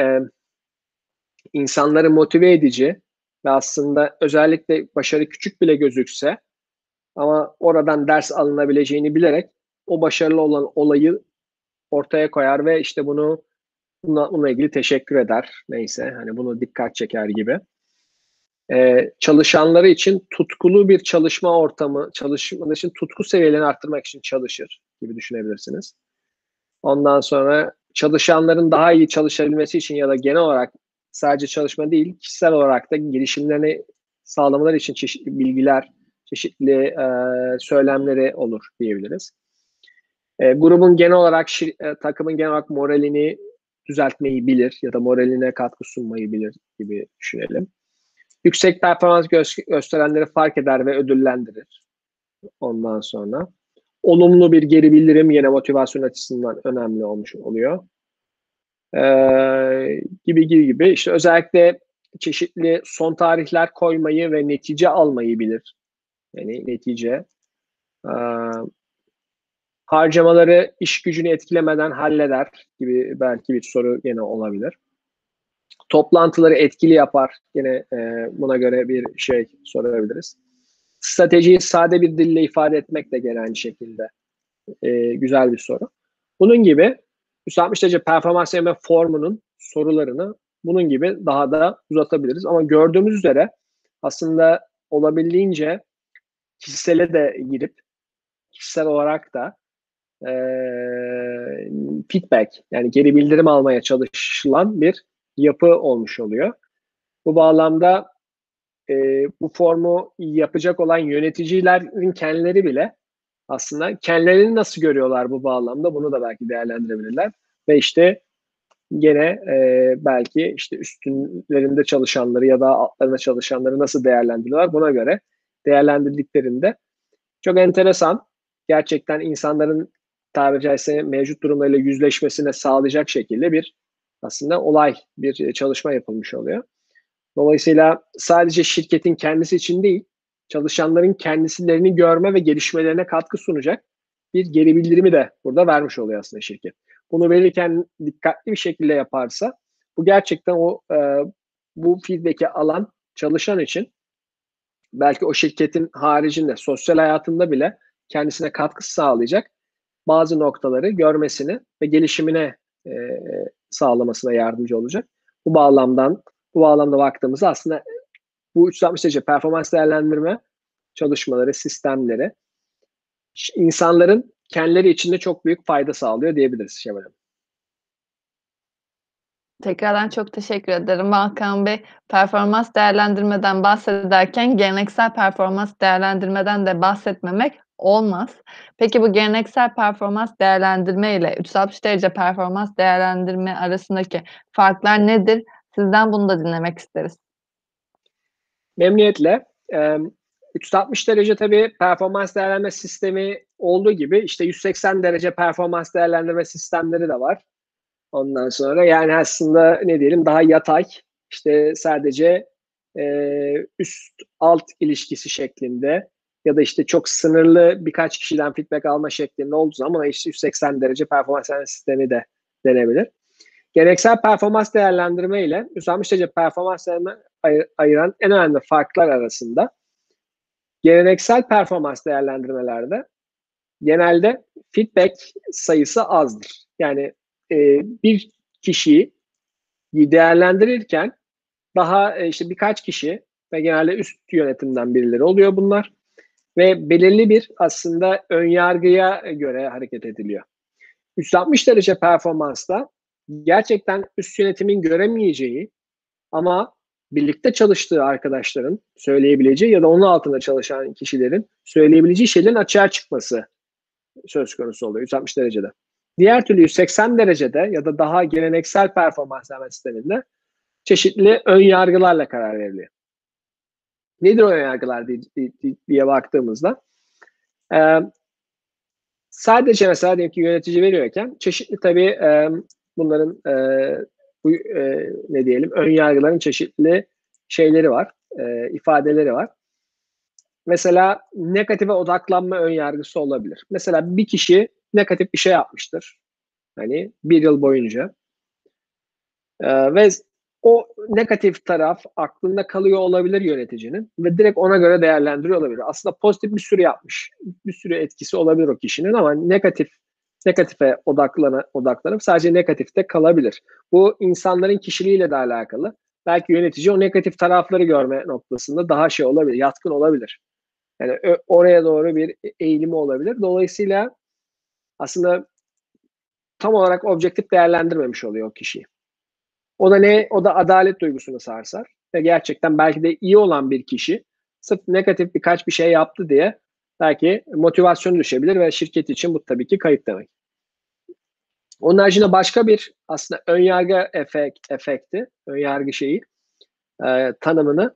insanları motive edici ve aslında özellikle başarı küçük bile gözükse ama oradan ders alınabileceğini bilerek o başarılı olan olayı ortaya koyar ve işte bununla ilgili teşekkür eder. Neyse, hani bunu dikkat çeker gibi. Çalışanları için tutkulu bir çalışma ortamı, çalışmaları için tutku seviyelerini arttırmak için çalışır gibi düşünebilirsiniz. Ondan sonra çalışanların daha iyi çalışabilmesi için ya da genel olarak sadece çalışma değil, kişisel olarak da gelişimlerini sağlamaları için çeşitli bilgiler, çeşitli söylemleri olur diyebiliriz. Grubun genel olarak, takımın genel olarak moralini düzeltmeyi bilir ya da moraline katkı sunmayı bilir gibi düşünelim. Yüksek performans gösterenleri fark eder ve ödüllendirir. Ondan sonra olumlu bir geri bildirim yine motivasyon açısından önemli olmuş oluyor. Gibi. İşte özellikle çeşitli son tarihler koymayı ve netice almayı bilir. Yani netice. Harcamaları iş gücünü etkilemeden halleder gibi belki bir soru yine olabilir. Toplantıları etkili yapar. Yine buna göre bir şey sorabiliriz. Stratejiyi sade bir dille ifade etmek de gene aynı şekilde güzel bir soru. Bunun gibi 360 derece performans yönetme formunun sorularını Bunun gibi daha da uzatabiliriz. Ama gördüğümüz üzere aslında olabildiğince kişisele de girip kişisel olarak da feedback, yani geri bildirim almaya çalışılan bir yapı olmuş oluyor. Bu bağlamda bu formu yapacak olan yöneticilerin kendileri bile aslında kendilerini nasıl görüyorlar bu bağlamda, bunu da belki değerlendirebilirler. Ve işte gene belki işte üstünlerinde çalışanları ya da altlarında çalışanları nasıl değerlendiriyorlar, buna göre değerlendirdiklerinde çok enteresan, gerçekten insanların tabiri caizse mevcut durumlarıyla yüzleşmesine sağlayacak şekilde bir aslında bir çalışma yapılmış oluyor. Dolayısıyla sadece şirketin kendisi için değil, çalışanların kendisilerini görme ve gelişmelerine katkı sunacak bir geri bildirimi de burada vermiş oluyor aslında şirket. Bunu verirken dikkatli bir şekilde yaparsa bu gerçekten bu feedback'i alan çalışan için belki o şirketin haricinde sosyal hayatında bile kendisine katkı sağlayacak bazı noktaları görmesini ve gelişimine sağlamasına yardımcı olacak. Bu bağlamda baktığımızda aslında bu 360 derece performans değerlendirme çalışmaları, sistemleri insanların kendileri için de çok büyük fayda sağlıyor diyebiliriz Şevval Hanım. Tekrardan çok teşekkür ederim Hakan Bey. Performans değerlendirmeden bahsederken geleneksel performans değerlendirmeden de bahsetmemek olmaz. Peki bu geleneksel performans değerlendirme ile 360 derece performans değerlendirme arasındaki farklar nedir? Sizden bunu da dinlemek isteriz. Memnuniyetle. 360 derece tabii performans değerlendirme sistemi olduğu gibi işte 180 derece performans değerlendirme sistemleri de var. Ondan sonra yani aslında ne diyelim, daha yatay, işte sadece üst alt ilişkisi şeklinde ya da işte çok sınırlı birkaç kişiden feedback alma şeklinde olduğu zaman işte 180 derece performans değerlendirme sistemi de denebilir. Geleneksel performans değerlendirme ile 160 derece performans değerlendirme ayıran en önemli farklar arasında geleneksel performans değerlendirmelerde genelde feedback sayısı azdır. Yani bir kişiyi değerlendirirken daha işte birkaç kişi ve genelde üst yönetimden birileri oluyor bunlar ve belirli bir aslında önyargıya göre hareket ediliyor. 360 derece performansta gerçekten üst yönetimin göremeyeceği ama birlikte çalıştığı arkadaşların söyleyebileceği ya da onun altında çalışan kişilerin söyleyebileceği şeylerin açığa çıkması söz konusu oluyor 360 derecede. Diğer türlü 180 derecede ya da daha geleneksel performans değerlendirme sisteminde çeşitli ön yargılarla karar veriliyor. Nedir o ön yargılar diye baktığımızda sadece mesela diyelim ki yönetici veriyorken çeşitli tabii bunların ne diyelim, ön yargıların çeşitli şeyleri var, ifadeleri var. Mesela negatife odaklanma ön yargısı olabilir. Mesela bir kişi negatif bir şey yapmıştır. Hani bir yıl boyunca. Ve o negatif taraf aklında kalıyor olabilir yöneticinin ve direkt ona göre değerlendiriyor olabilir. Aslında pozitif bir sürü yapmış. Bir sürü etkisi olabilir o kişinin ama negatife odaklanıp sadece negatifte kalabilir. Bu insanların kişiliğiyle de alakalı. Belki yönetici o negatif tarafları görme noktasında daha olabilir, yatkın olabilir. Yani oraya doğru bir eğilimi olabilir. Dolayısıyla aslında tam olarak objektif değerlendirmemiş oluyor o kişiyi. O da adalet duygusunu sarsar. Ve gerçekten belki de iyi olan bir kişi sırf negatif birkaç bir şey yaptı diye belki motivasyonu düşebilir ve şirket için bu tabii ki kayıp demek. Onun haricinde başka bir aslında önyargı efekti, önyargı tanımını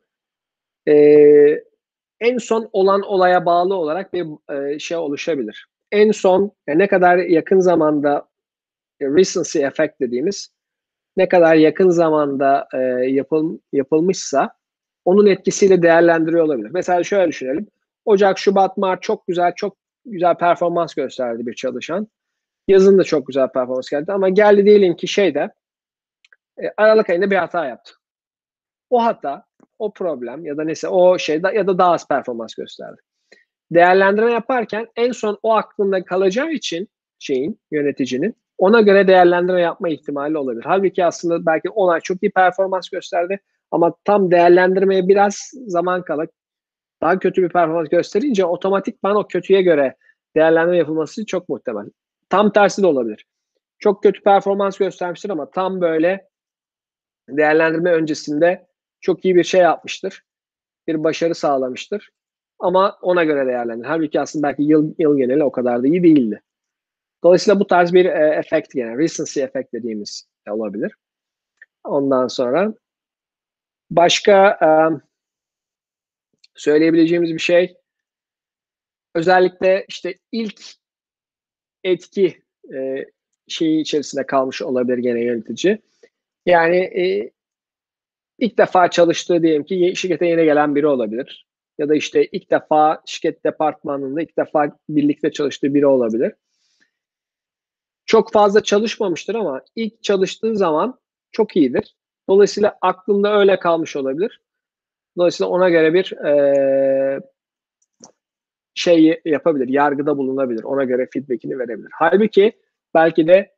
en son olan olaya bağlı olarak bir şey oluşabilir. En son ne kadar yakın zamanda recency effect dediğimiz ne kadar yakın zamanda yapılmışsa onun etkisiyle değerlendiriyor olabilir. Mesela şöyle düşünelim. Ocak, Şubat, Mart çok güzel performans gösterdi bir çalışan. Yazın da çok güzel performans geldi ama geldi diyelim ki Aralık ayında bir hata yaptı. O hata, o problem ya da neyse o ya da daha az performans gösterdi. Değerlendirme yaparken en son o aklında kalacağı için yöneticinin ona göre değerlendirme yapma ihtimali olabilir. Halbuki aslında belki 10 ay çok iyi performans gösterdi ama tam değerlendirmeye biraz zaman kala daha kötü bir performans gösterince otomatikman o kötüye göre değerlendirme yapılması çok muhtemel. Tam tersi de olabilir. Çok kötü performans göstermiştir ama tam böyle değerlendirme öncesinde çok iyi bir şey yapmıştır. Bir başarı sağlamıştır. Ama ona göre değerlendir. Halbuki aslında belki yıl geneli o kadar da iyi değildi. Dolayısıyla bu tarz bir efekt, yani recency efekt dediğimiz olabilir. Ondan sonra başka söyleyebileceğimiz bir şey, özellikle işte ilk etki şeyi içerisinde kalmış olabilir gene yönetici. Yani ilk defa çalıştığı, diyelim ki şirkete yeni gelen biri olabilir. Ya da işte ilk defa şirket departmanında ilk defa birlikte çalıştığı biri olabilir. Çok fazla çalışmamıştır ama ilk çalıştığı zaman çok iyidir. Dolayısıyla aklında öyle kalmış olabilir. Dolayısıyla ona göre bir şey yapabilir, yargıda bulunabilir. Ona göre feedback'ini verebilir. Halbuki belki de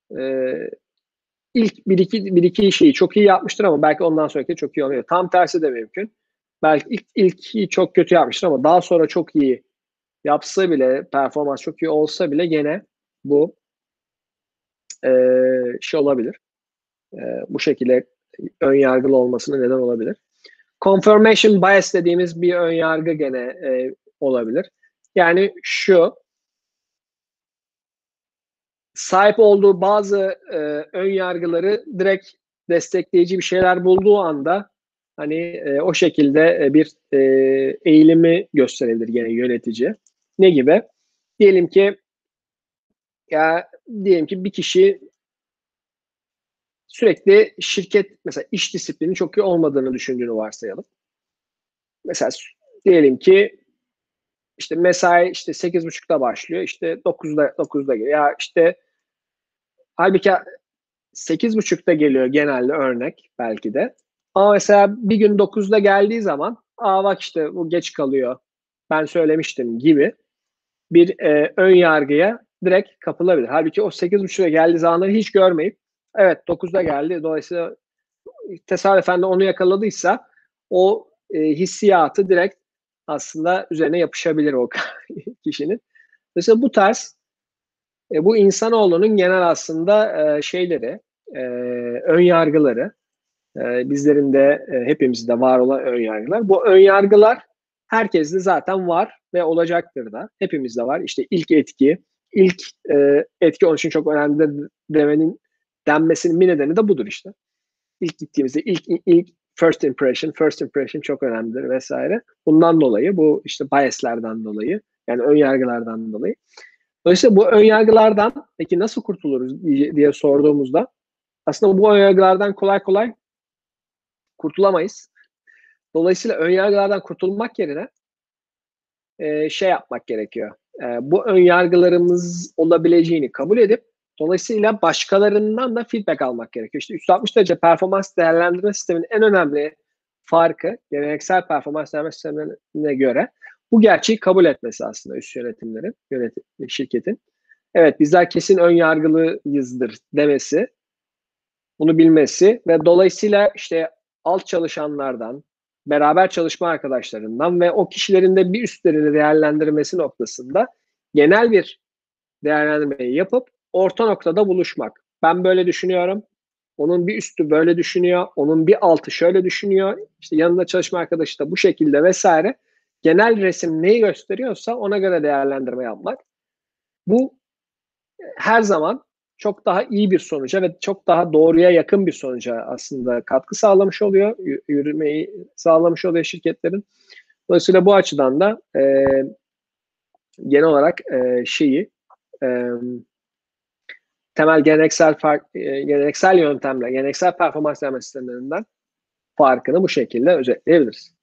ilk bir iki şeyi çok iyi yapmıştır ama belki ondan sonraki çok iyi olmuyor. Tam tersi de mümkün. Belki ilk çok kötü yapmıştır ama daha sonra çok iyi yapsa bile, performans çok iyi olsa bile gene bu şey olabilir. Bu şekilde ön yargılı olmasına neden olabilir. Confirmation bias dediğimiz bir ön yargı gene olabilir. Yani şu, sahip olduğu bazı ön yargıları direkt destekleyici bir şeyler bulduğu anda hani o şekilde bir eğilimi gösterebilir gene yönetici. Ne gibi? Diyelim ki bir kişi sürekli şirket, mesela iş disiplini çok iyi olmadığını düşündüğünü varsayalım. Mesela diyelim ki işte mesai işte 8.30'da başlıyor, işte 9'da geliyor. Ya işte halbuki 8.30'da geliyor genelde, örnek belki de. Ama mesela bir gün 9'da geldiği zaman, bak işte bu geç kalıyor, ben söylemiştim gibi bir ön yargıya direkt kapılabilir. Halbuki o 8.30'da geldiği zamanları hiç görmeyip, evet 9'da geldi, dolayısıyla tesadüfen de onu yakaladıysa o hissiyatı direkt aslında üzerine yapışabilir o kişinin. Mesela bu tarz bu insanoğlunun genel aslında şeyleri, ön yargıları, bizlerin de hepimizde var olan ön yargılar. Bu ön yargılar herkeste zaten var ve olacaktır da. Hepimizde var. İşte ilk etki onun için çok önemli denmesinin bir nedeni de budur işte. İlk gittiğimizde ilk first impression çok önemlidir vesaire. Bundan dolayı, bu işte biaslerden dolayı, yani ön yargılardan dolayı. Dolayısıyla bu ön yargılardan peki nasıl kurtuluruz diye sorduğumuzda, aslında bu ön yargılardan kolay kolay kurtulamayız. Dolayısıyla ön yargılardan kurtulmak yerine şey yapmak gerekiyor. Bu ön yargılarımız olabileceğini kabul edip dolayısıyla başkalarından da feedback almak gerekiyor. İşte 360 derece performans değerlendirme sisteminin en önemli farkı, geleneksel performans değerlendirme sistemine göre bu gerçeği kabul etmesi aslında üst yönetimlerin, şirketin. Evet, bizler kesin ön yargılıyızdır demesi, bunu bilmesi ve dolayısıyla işte alt çalışanlardan, beraber çalışma arkadaşlarından ve o kişilerin de bir üstlerini değerlendirmesi noktasında genel bir değerlendirmeyi yapıp orta noktada buluşmak. Ben böyle düşünüyorum, onun bir üstü böyle düşünüyor, onun bir altı şöyle düşünüyor, işte yanında çalışma arkadaşı da bu şekilde vesaire. Genel resim neyi gösteriyorsa ona göre değerlendirme yapmak. Bu her zaman çok daha iyi bir sonuca ve çok daha doğruya yakın bir sonuca aslında katkı sağlamış oluyor. Yürümeyi sağlamış oluyor şirketlerin. Dolayısıyla bu açıdan da genel olarak temel geleneksel yöntemler, geleneksel performans değerlendirme sistemlerinden farkını bu şekilde özetleyebiliriz.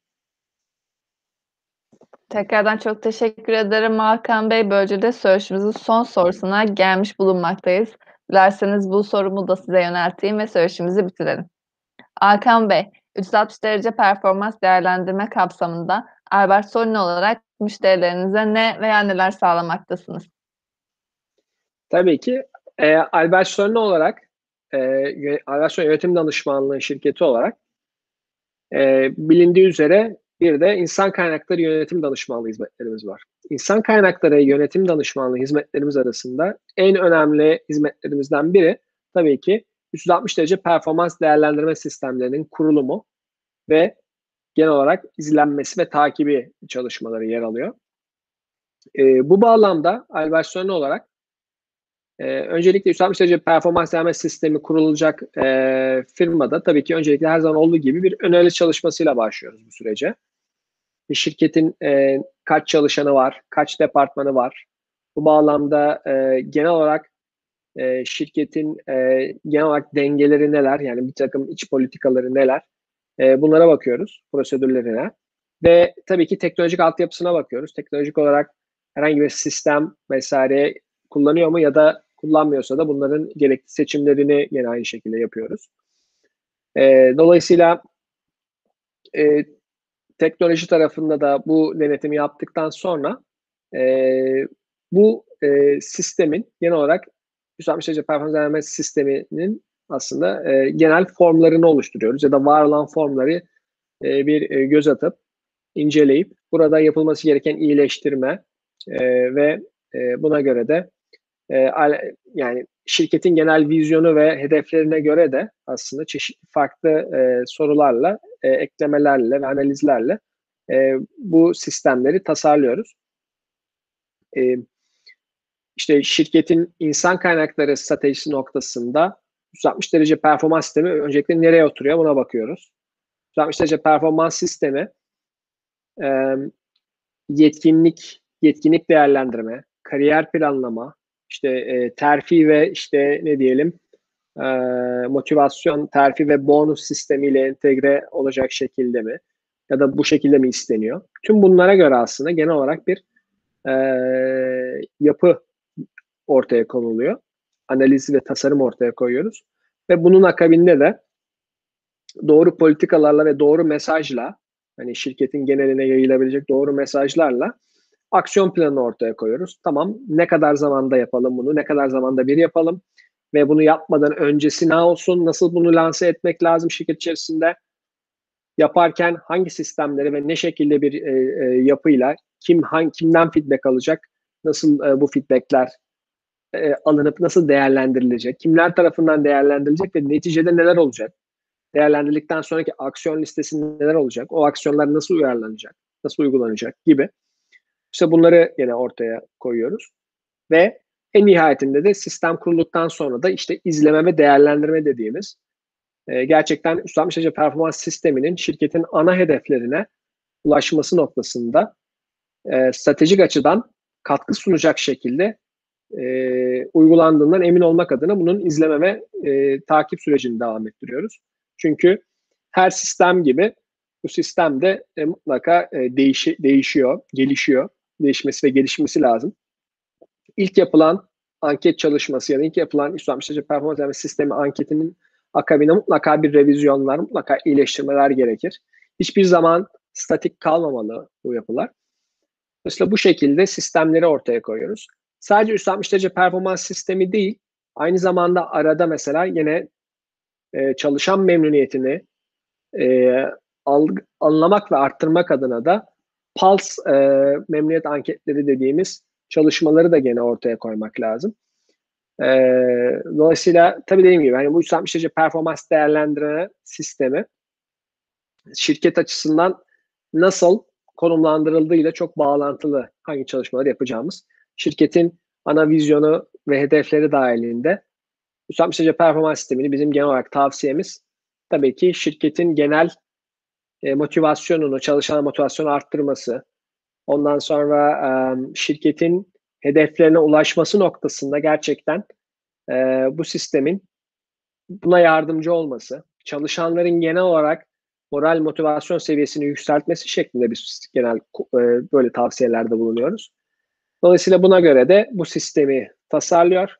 Tekrardan çok teşekkür ederim Hakan Bey. Böylece de söyleşimizin son sorusuna gelmiş bulunmaktayız. Dilerseniz bu sorumu da size yönelteyim ve söyleşimizi bitirelim. Hakan Bey, 360 derece performans değerlendirme kapsamında Albert Solin olarak müşterilerinize ne veya neler sağlamaktasınız? Tabii ki Albertsone olarak, Albertsone Yönetim Danışmanlığı şirketi olarak bilindiği üzere bir de insan kaynakları yönetim danışmanlığı hizmetlerimiz var. İnsan kaynakları yönetim danışmanlığı hizmetlerimiz arasında en önemli hizmetlerimizden biri tabii ki 360 derece performans değerlendirme sistemlerinin kurulumu ve genel olarak izlenmesi ve takibi çalışmaları yer alıyor. Bu bağlamda Albertsone olarak öncelikle 360 derece performans değerlendirme sistemi kurulacak firmada tabii ki öncelikle her zaman olduğu gibi bir ön analiz çalışmasıyla başlıyoruz bu sürece. Bir şirketin kaç çalışanı var, kaç departmanı var? Bu bağlamda genel olarak şirketin genel olarak dengeleri neler? Yani bir takım iç politikaları neler? Bunlara bakıyoruz, prosedürlerine. Ve tabii ki teknolojik altyapısına bakıyoruz. Teknolojik olarak herhangi bir sistem vesaire kullanıyor mu ya da kullanmıyorsa da bunların gerekli seçimlerini yine aynı şekilde yapıyoruz. Dolayısıyla teknoloji tarafında da bu denetimi yaptıktan sonra bu sistemin genel olarak 360 derece performans değerlendirme sisteminin aslında genel formlarını oluşturuyoruz ya da var olan formları bir göz atıp inceleyip burada yapılması gereken iyileştirme ve buna göre de yani şirketin genel vizyonu ve hedeflerine göre de aslında çeşitli farklı sorularla, eklemelerle ve analizlerle bu sistemleri tasarlıyoruz. İşte şirketin insan kaynakları stratejisi noktasında 360 derece performans sistemi öncelikle nereye oturuyor buna bakıyoruz. 360 derece performans sistemi yetkinlik değerlendirme, kariyer planlama, işte terfi ve işte ne diyelim motivasyon, terfi ve bonus sistemiyle entegre olacak şekilde mi ya da bu şekilde mi isteniyor? Tüm bunlara göre aslında genel olarak bir yapı ortaya konuluyor. Analiz ve tasarım ortaya koyuyoruz. Ve bunun akabinde de doğru politikalarla ve doğru mesajla, hani şirketin geneline yayılabilecek doğru mesajlarla aksiyon planını ortaya koyuyoruz. Tamam, ne kadar zamanda yapalım bunu, ne kadar zamanda bir yapalım ve bunu yapmadan öncesi ne olsun, nasıl bunu lanse etmek lazım şirket içerisinde, yaparken hangi sistemleri ve ne şekilde bir yapıyla kimden feedback alacak, nasıl bu feedbackler alınıp nasıl değerlendirilecek, kimler tarafından değerlendirilecek ve neticede neler olacak, değerlendirildikten sonraki aksiyon listesi neler olacak, o aksiyonlar nasıl uyarlanacak, nasıl uygulanacak gibi. İşte bunları yine ortaya koyuyoruz. Ve en nihayetinde de sistem kurulduktan sonra da işte izleme ve değerlendirme dediğimiz gerçekten 360 derece performans sisteminin şirketin ana hedeflerine ulaşması noktasında stratejik açıdan katkı sunacak şekilde uygulandığından emin olmak adına bunun izleme ve takip sürecini devam ettiriyoruz. Çünkü her sistem gibi bu sistem de mutlaka değişiyor, gelişiyor. Değişmesi ve gelişmesi lazım. İlk yapılan anket çalışması ya da ilk yapılan 360 derece performans değerlendirme sistemi anketinin akabine mutlaka bir revizyonlar, mutlaka iyileştirmeler gerekir. Hiçbir zaman statik kalmamalı bu yapılar. Dolayısıyla bu şekilde sistemleri ortaya koyuyoruz. Sadece 360 derece performans sistemi değil, aynı zamanda arada mesela yine çalışan memnuniyetini anlamak ve arttırmak adına da Pulse memnuniyet anketleri dediğimiz çalışmaları da gene ortaya koymak lazım. Dolayısıyla tabii dediğim gibi hani bu 360 derece performans değerlendirme sistemi şirket açısından nasıl konumlandırıldığıyla çok bağlantılı hangi çalışmaları yapacağımız. Şirketin ana vizyonu ve hedefleri dahilinde 360 derece performans sistemini bizim genel olarak tavsiyemiz tabii ki şirketin genel motivasyonunu, çalışan motivasyonu arttırması, ondan sonra şirketin hedeflerine ulaşması noktasında gerçekten bu sistemin buna yardımcı olması, çalışanların genel olarak moral motivasyon seviyesini yükseltmesi şeklinde biz genel böyle tavsiyelerde bulunuyoruz. Dolayısıyla buna göre de bu sistemi tasarlıyor,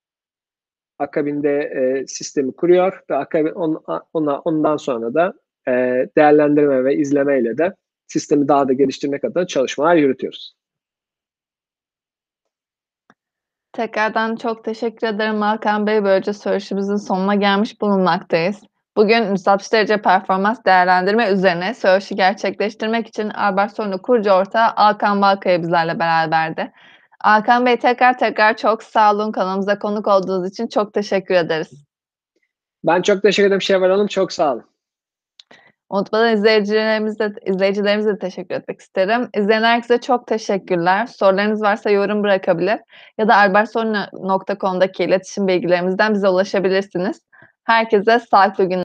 akabinde sistemi kuruyor ve ondan sonra da değerlendirme ve izlemeyle de sistemi daha da geliştirmek adına çalışmalar yürütüyoruz. Tekrardan çok teşekkür ederim Hakan Bey. Böylece söyleşimizin sonuna gelmiş bulunmaktayız. Bugün 360 derece performans değerlendirme üzerine söyleşi gerçekleştirmek için Albertson'un kurucu ortağı Alkan Balkaya bizlerle beraberdi. Hakan Bey tekrar çok sağ olun. Kanalımıza konuk olduğunuz için çok teşekkür ederiz. Ben çok teşekkür ederim Şevval Hanım. Çok sağ olun. Unutmadan izleyicilerimize de teşekkür etmek isterim. İzleyen herkese çok teşekkürler. Sorularınız varsa yorum bırakabilir ya da albertsorun.com'daki iletişim bilgilerimizden bize ulaşabilirsiniz. Herkese sağlıklı günler.